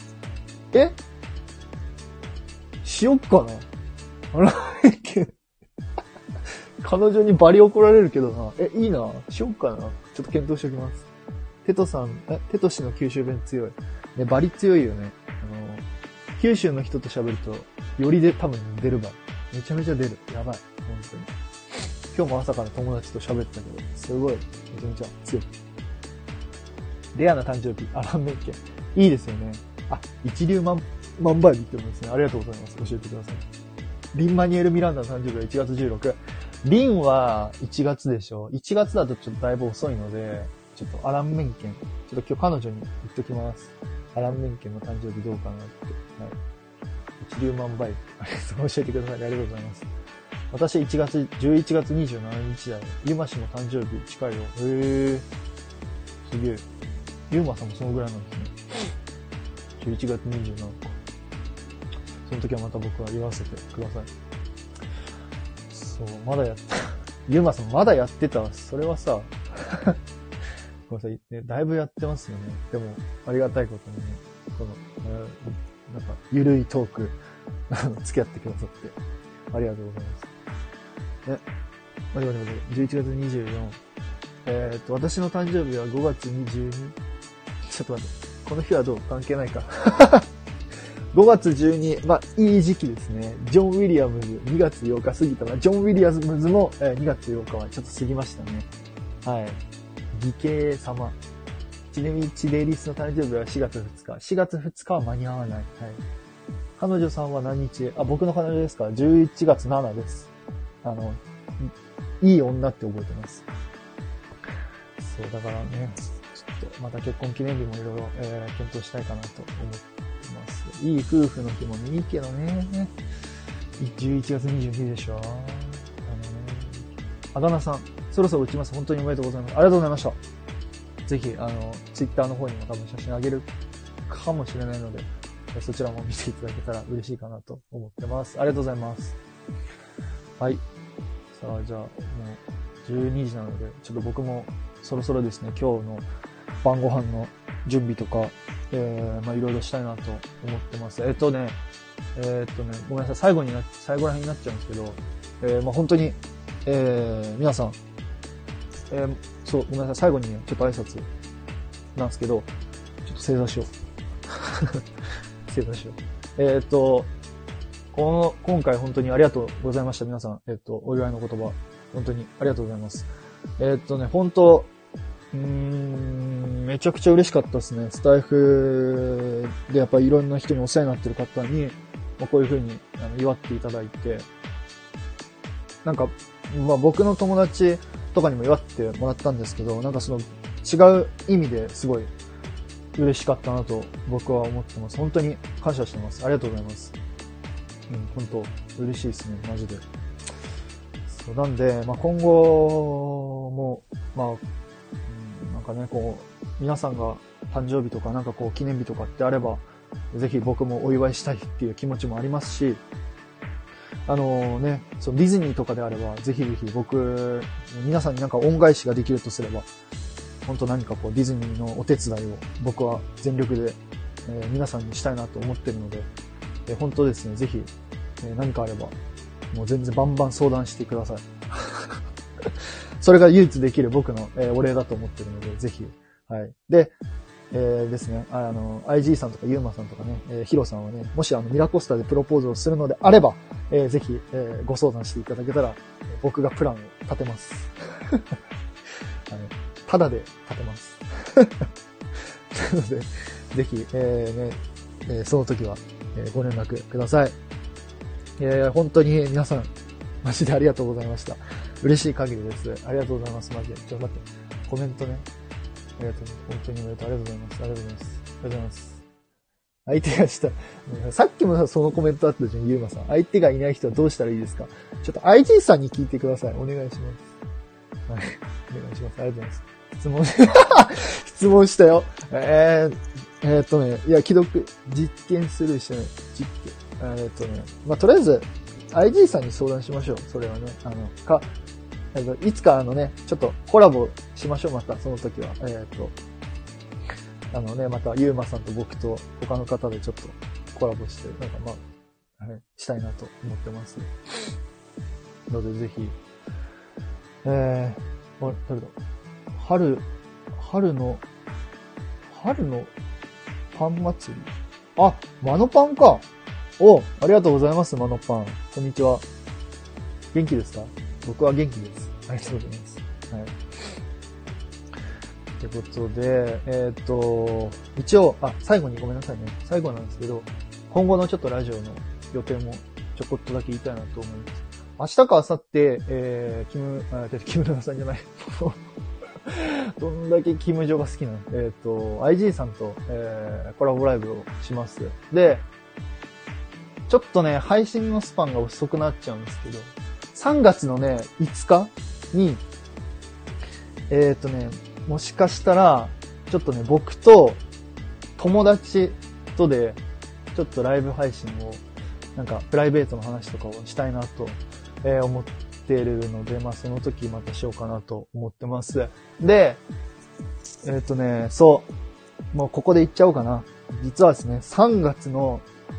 しよっかな。アランメンケン。彼女にバリ怒られるけどな。いいな。しよっかな。ちょっと検討しておきます。テトシの九州弁強い。ね、バリ強いよね。九州の人と喋ると、より多分出るばい。めちゃめちゃ出る。やばい。本当に。今日も朝から友達と喋ったけど、すごい、めちゃめちゃ強い。レアな誕生日、アランメンケン。いいですよね。一粒万倍日って言うんですね。ありがとうございます。教えてください。リン・マニエル・ミランダの誕生日は1月16。リンは1月でしょ。1月だとちょっとだいぶ遅いので、ちょっとアランメンケン。ちょっと今日彼女に言っときます。アランメンケンの誕生日どうかなって。はい。 一粒万倍。教えてください。ありがとうございます。私11月27日だよ。ゆま氏も誕生日近いよ。へー。すげえ。ゆまさんもそのぐらいなんですね。11月27日。その時はまた僕は言わせてください。そう、まだやった。ゆまさんまだやってたわ。それはさ、ごめんなさい、ね。だいぶやってますよね。でも、ありがたいことにね、この、なんか、ゆるいトーク、付き合ってくださって、ありがとうございます。待って、11月24。私の誕生日は5月22。ちょっと待って、この日はどう？関係ないか。5月12、まあ、いい時期ですね。ジョン・ウィリアムズ、2月8日過ぎたな。ジョン・ウィリアムズも、2月8日はちょっと過ぎましたね。はい。義兄様。ちなみに、チデリスの誕生日は4月2日。4月2日は間に合わない。はい。彼女さんは何日？僕の彼女ですか？ 11 月7です。いい女って覚えてます。そう、だからね、ちょっとまた結婚記念日もいろいろ検討したいかなと思ってます。いい夫婦の日もいいけどね。11月22日でしょ。あだ名さん、そろそろ打ちます。本当におめでとうございます。ありがとうございました。ぜひ、ツイッターの方にも多分写真あげるかもしれないので、そちらも見ていただけたら嬉しいかなと思ってます。ありがとうございます。はい。さあ、じゃあ、もう12時なので、ちょっと僕もそろそろですね、今日の晩ご飯の準備とか、まあいろいろしたいなと思ってます。ごめんなさい、最後ら辺になっちゃうんですけど、まあ本当に、皆さん、そう、ごめんなさい、最後にね、ちょっと挨拶なんですけど、ちょっと正座しよう。正座しよう。今回本当にありがとうございました。皆さん、お祝いの言葉、本当にありがとうございます。本当、めちゃくちゃ嬉しかったですね。スタイフでやっぱりいろんな人にお世話になってる方に、こういう風に祝っていただいて、なんか、まあ僕の友達とかにも祝ってもらったんですけど、なんかその違う意味ですごい嬉しかったなと僕は思ってます。本当に感謝してます。ありがとうございます。本当嬉しいですね、マジで。そうなんで、まあ、今後も、まあ、なんかね、こう、皆さんが誕生日とかなんかこう記念日とかってあれば、ぜひ僕もお祝いしたいっていう気持ちもありますし、そのディズニーとかであれば、ぜひぜひ僕、皆さんになんか恩返しができるとすれば、本当何かこうディズニーのお手伝いを僕は全力で、皆さんにしたいなと思ってるので、本当ですね、ぜひ、何かあれば、もう全然バンバン相談してください。それが唯一できる僕の、お礼だと思ってるので、ぜひ。はい。で、ですね、IG さんとかユーマさんとかね、ヒロさんはね、もしミラコスタでプロポーズをするのであれば、ぜひ、ご相談していただけたら、僕がプランを立てます。ただで立てます。なので、ぜひ、その時は、ご連絡ください。本当に皆さん、マジでありがとうございました。嬉しい限りです。ありがとうございます。マジで。ちょっと待って。コメントね。ありがとうございます。本当におめでとう。ありがとうございます。ありがとうございます。ありがとうございます。相手がした。さっきもそのコメントあったじゃん、ゆうまさん。相手がいない人はどうしたらいいですか？ちょっと IG さんに聞いてください。お願いします。はい。お願いします。ありがとうございます。質問したよ。いや、既読、実験するしてない。実験。まあ、とりあえず、IG さんに相談しましょう。それはね。いつかちょっとコラボしましょう。また、その時は。また、ゆうまさんと僕と他の方でちょっとコラボして、なんかまあ、はい、したいなと思ってます。ので、ぜひ、誰だ？春のパン祭り。あ、マノパンか。ありがとうございます、マノパン。こんにちは。元気ですか？僕は元気です。ありがとうございます。はい。ということで、一応、最後にごめんなさいね。最後なんですけど、今後のちょっとラジオの予定もちょこっとだけ言いたいなと思います。明日か明後日、キムルナさんじゃない。どんだけキムジョが好きなの？IG さんと、コラボライブをします。で、 ちょっとね、配信のスパンが遅くなっちゃうんですけど、3月のね、5日に、もしかしたら、ちょっとね、僕と友達とで、ちょっとライブ配信を、なんかプライベートの話とかをしたいなと、思っているので、まあその時またしようかなと思ってます。で、そう、もうここで言っちゃおうかな。実はですね、3月の、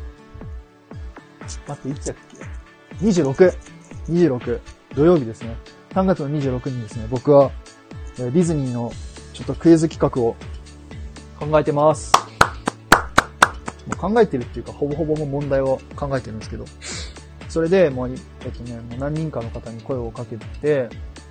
待って、いつだっけ ?26 土曜日ですね。3月の26日ですね、僕は、ディズニーのちょっとクイズ企画を考えてます。もう考えてるっていうか、ほぼほぼも問題を考えてるんですけど、それでもう、もう何人かの方に声をかけて、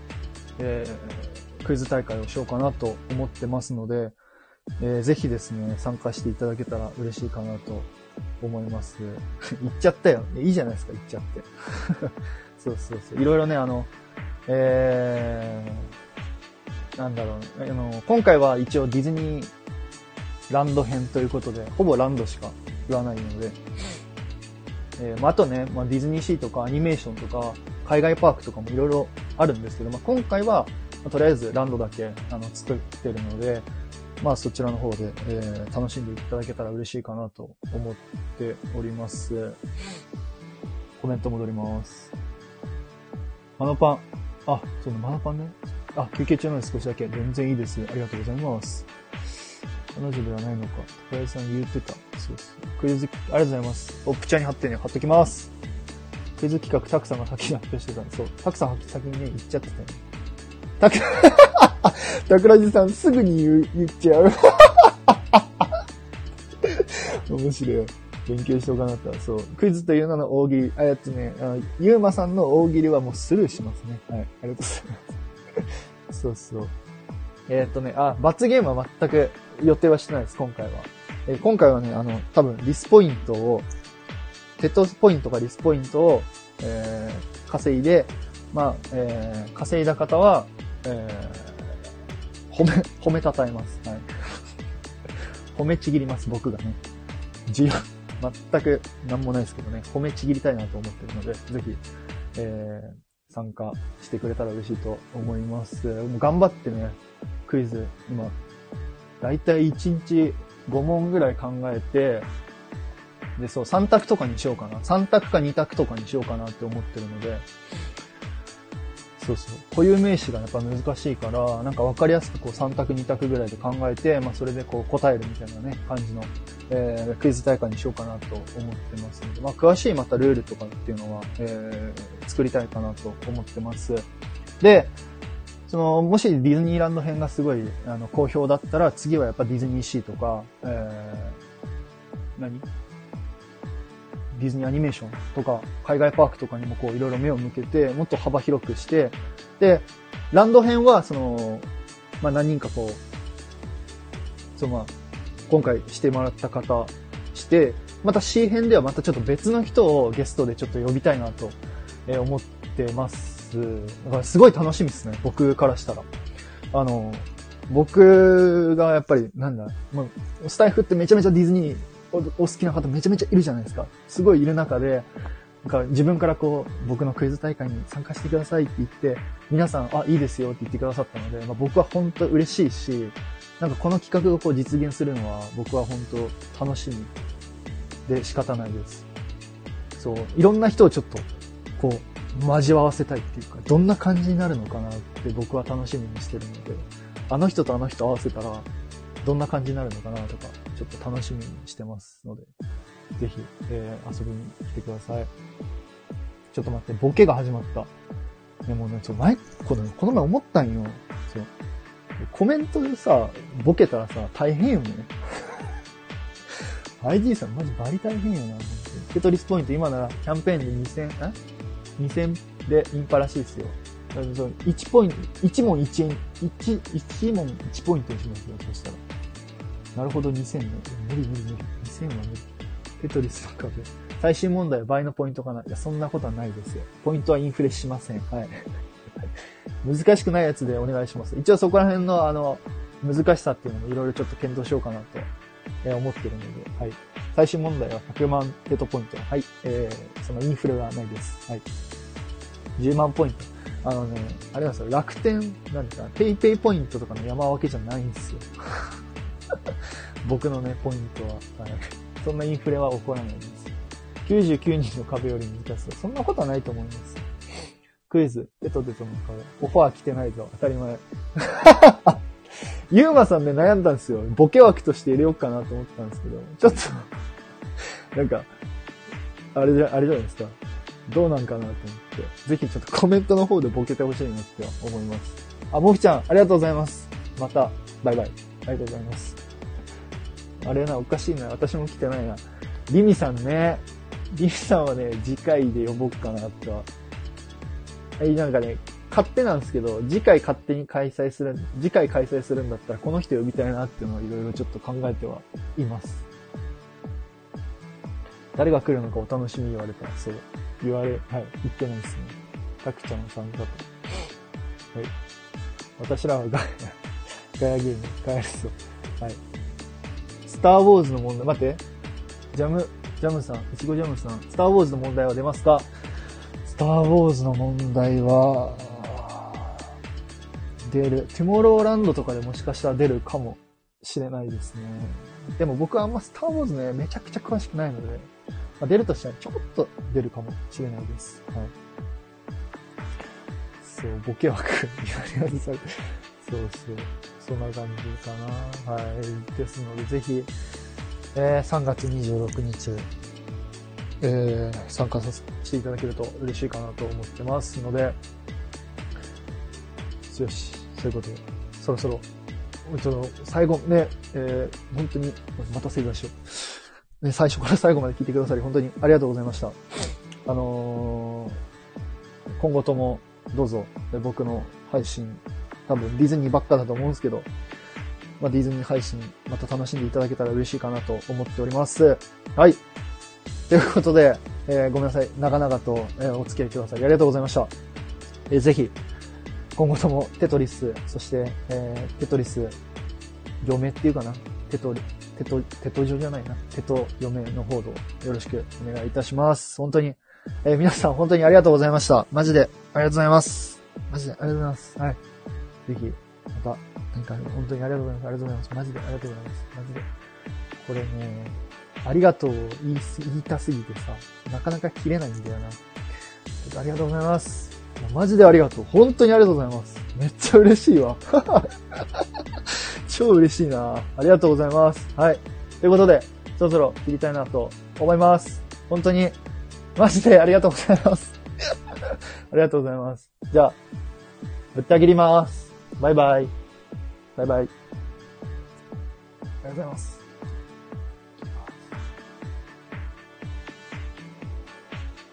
クイズ大会をしようかなと思ってますので、ぜひですね、参加していただけたら嬉しいかなと思います。言っちゃったよ。いいじゃないですか、言っちゃって。そうそうそう。いろいろね、なんだろう、今回は一応ディズニーランド編ということで、ほぼランドしか言わないので、あとね、ディズニーシーとかアニメーションとか、海外パークとかもいろいろあるんですけど、今回は、とりあえずランドだけ、作ってるので、そちらの方で、楽しんでいただけたら嬉しいかなと思っております。コメント戻ります。マノパン。あ、そうね、マノパンね。あ、休憩中なので少しだけ。全然いいです。ありがとうございます。彼女ではないのか。高橋さん言ってた。そうそう。クイズ、ありがとうございます。オプチャに貼ってね、貼っときます。クイズ企画、タクさんが先に発表してた。そう。タクさん先にね、言っちゃってたね。タクラジさんすぐに言っちゃう。面白い。勉強しておかなかった。そう。クイズという名の大喜利。ゆうまさんの大喜利はもうスルーしますね。はい。ありがとうございます。そうそう。罰ゲームは全く予定はしてないです、今回は。今回はね、多分リスポイントを、テッドポイントかリスポイントを、稼いで、稼いだ方は、褒めたたえます。はい。褒めちぎります、僕がね。全くなんもないですけどね、褒めちぎりたいなと思ってるので、ぜひ、参加してくれたら嬉しいと思います。もう頑張ってね、クイズ、今、だいたい1日5問ぐらい考えて、で、そう、3択とかにしようかな。3択か2択とかにしようかなって思ってるので、そうそう。固有名詞がやっぱ難しいから、なんかわかりやすくこう3択2択ぐらいで考えて、それでこう答えるみたいなね、感じの、クイズ大会にしようかなと思ってますので、詳しいまたルールとかっていうのは、作りたいかなと思ってます。で、もしディズニーランド編がすごい、好評だったら、次はやっぱディズニーシーとか、ディズニーアニメーションとか、海外パークとかにもこういろいろ目を向けて、もっと幅広くして、で、ランド編は何人かこう、今回してもらった方して、また C 編ではまたちょっと別の人をゲストでちょっと呼びたいなと思ってます。だからすごい楽しみですね、僕からしたら。僕がやっぱり、スタイフってめちゃめちゃディズニーお好きな方めちゃめちゃいるじゃないですか。すごいいる中で、自分からこう、僕のクイズ大会に参加してくださいって言って、皆さん、いいですよって言ってくださったので、僕は本当嬉しいし、この企画をこう実現するのは、僕は本当楽しみで仕方ないです。そう、いろんな人をちょっと、こう、交わせたいっていうか、どんな感じになるのかなって僕は楽しみにしてるので、あの人とあの人合わせたら、どんな感じになるのかなとか、ちょっと楽しみにしてますので、ぜひ、遊びに来てください。ちょっと待って、ボケが始まった。でもね、この前思ったんよ。そう。コメントでさ、ボケたらさ、大変よね。IG さんマジバリ大変よな。テトリスポイント今ならキャンペーンで2000でインパらしいですよ。1問1円、1問1ポイントにしますよ、そしたら。なるほど、2000ね。無理。2000は無理。テトリスの壁。最終問題は倍のポイントかな。いや、そんなことはないですよ。ポイントはインフレしません。はい。難しくないやつでお願いします。一応そこら辺の難しさっていうのもいろいろちょっと検討しようかなと思ってるので、はい。 最終問題は100万テトポイント。はい。そのインフレはないです。はい。10万ポイント。あれなんですよ。楽天、なんですか、ペイペイポイントとかの山分けじゃないんですよ。僕のね、ポイントは。はい。そんなインフレは起こらないです。99人の壁より満たす。そんなことはないと思います。クイズ、テトの壁。オファー来てないぞ。当たり前。ゆうまさんね、悩んだんですよ。ボケ枠として入れようかなと思ったんですけど、ちょっと、なんか、あれじゃないですか。どうなんかなと思って、ぜひちょっとコメントの方でボケてほしいなって思います。あ、もふちゃん、ありがとうございます。また、バイバイ。ありがとうございます。あれな、おかしいな。私も来てないな。リミさんね。リミさんはね、次回で呼ぼうかなとは。なんかね、勝手なんですけど、次回開催するんだったらこの人呼びたいなっていうのをいろいろちょっと考えてはいます。誰が来るのかお楽しみ言われたら、そう。はい、言ってないですね。たくちゃんさんだと。はい。私らはガヤゲーム、ガヤルソ。はい。スターウォーズの問題、待って。ジャムさん、いちごジャムさん、スターウォーズの問題は出ますか？スターウォーズの問題は、出る。トゥモローランドとかでもしかしたら出るかもしれないですね。でも僕はあんまスターウォーズね、めちゃくちゃ詳しくないので、まあ、出るとしたらちょこっと出るかもしれないです。はい。そう、ボケ枠やりやすさ。そう。そんな感じかな。はい。ですので、ぜひ、3月26日、参加させていただけると嬉しいかなと思ってますので、よし、そういうことで、そろそろ、ちょっと最後ね、本当に、また正座しよう。ね、最初から最後まで聞いてくださり、本当にありがとうございました。今後ともどうぞ、僕の配信、多分ディズニーばっかだと思うんですけど、まあ、ディズニー配信、また楽しんでいただけたら嬉しいかなと思っております。はい。ということで、ごめんなさい。長々と、お付き合いくださりありがとうございました。ぜひ、今後ともテトリス、そして、テトリス、嫁っていうかな。テト女じゃないな。テト嫁の方でよろしくお願いいたします。本当に、皆さん本当にありがとうございました。マジでありがとうございます。マジでありがとうございます。はい。ぜひ、また、なんか本当にありがとうございます。ありがとうございます。マジでありがとうございます。マジで。これね、ありがとう言いたすぎてさ、なかなか切れないんだよな。ありがとうございます。マジでありがとう。本当にありがとうございます。めっちゃ嬉しいわ。超嬉しいな。ありがとうございます。はい。ということで、そろそろ切りたいなと思います。本当に、マジでありがとうございます。ありがとうございます。じゃあ、ぶった切ります。バイバイ。バイバイ。ありがとうございます。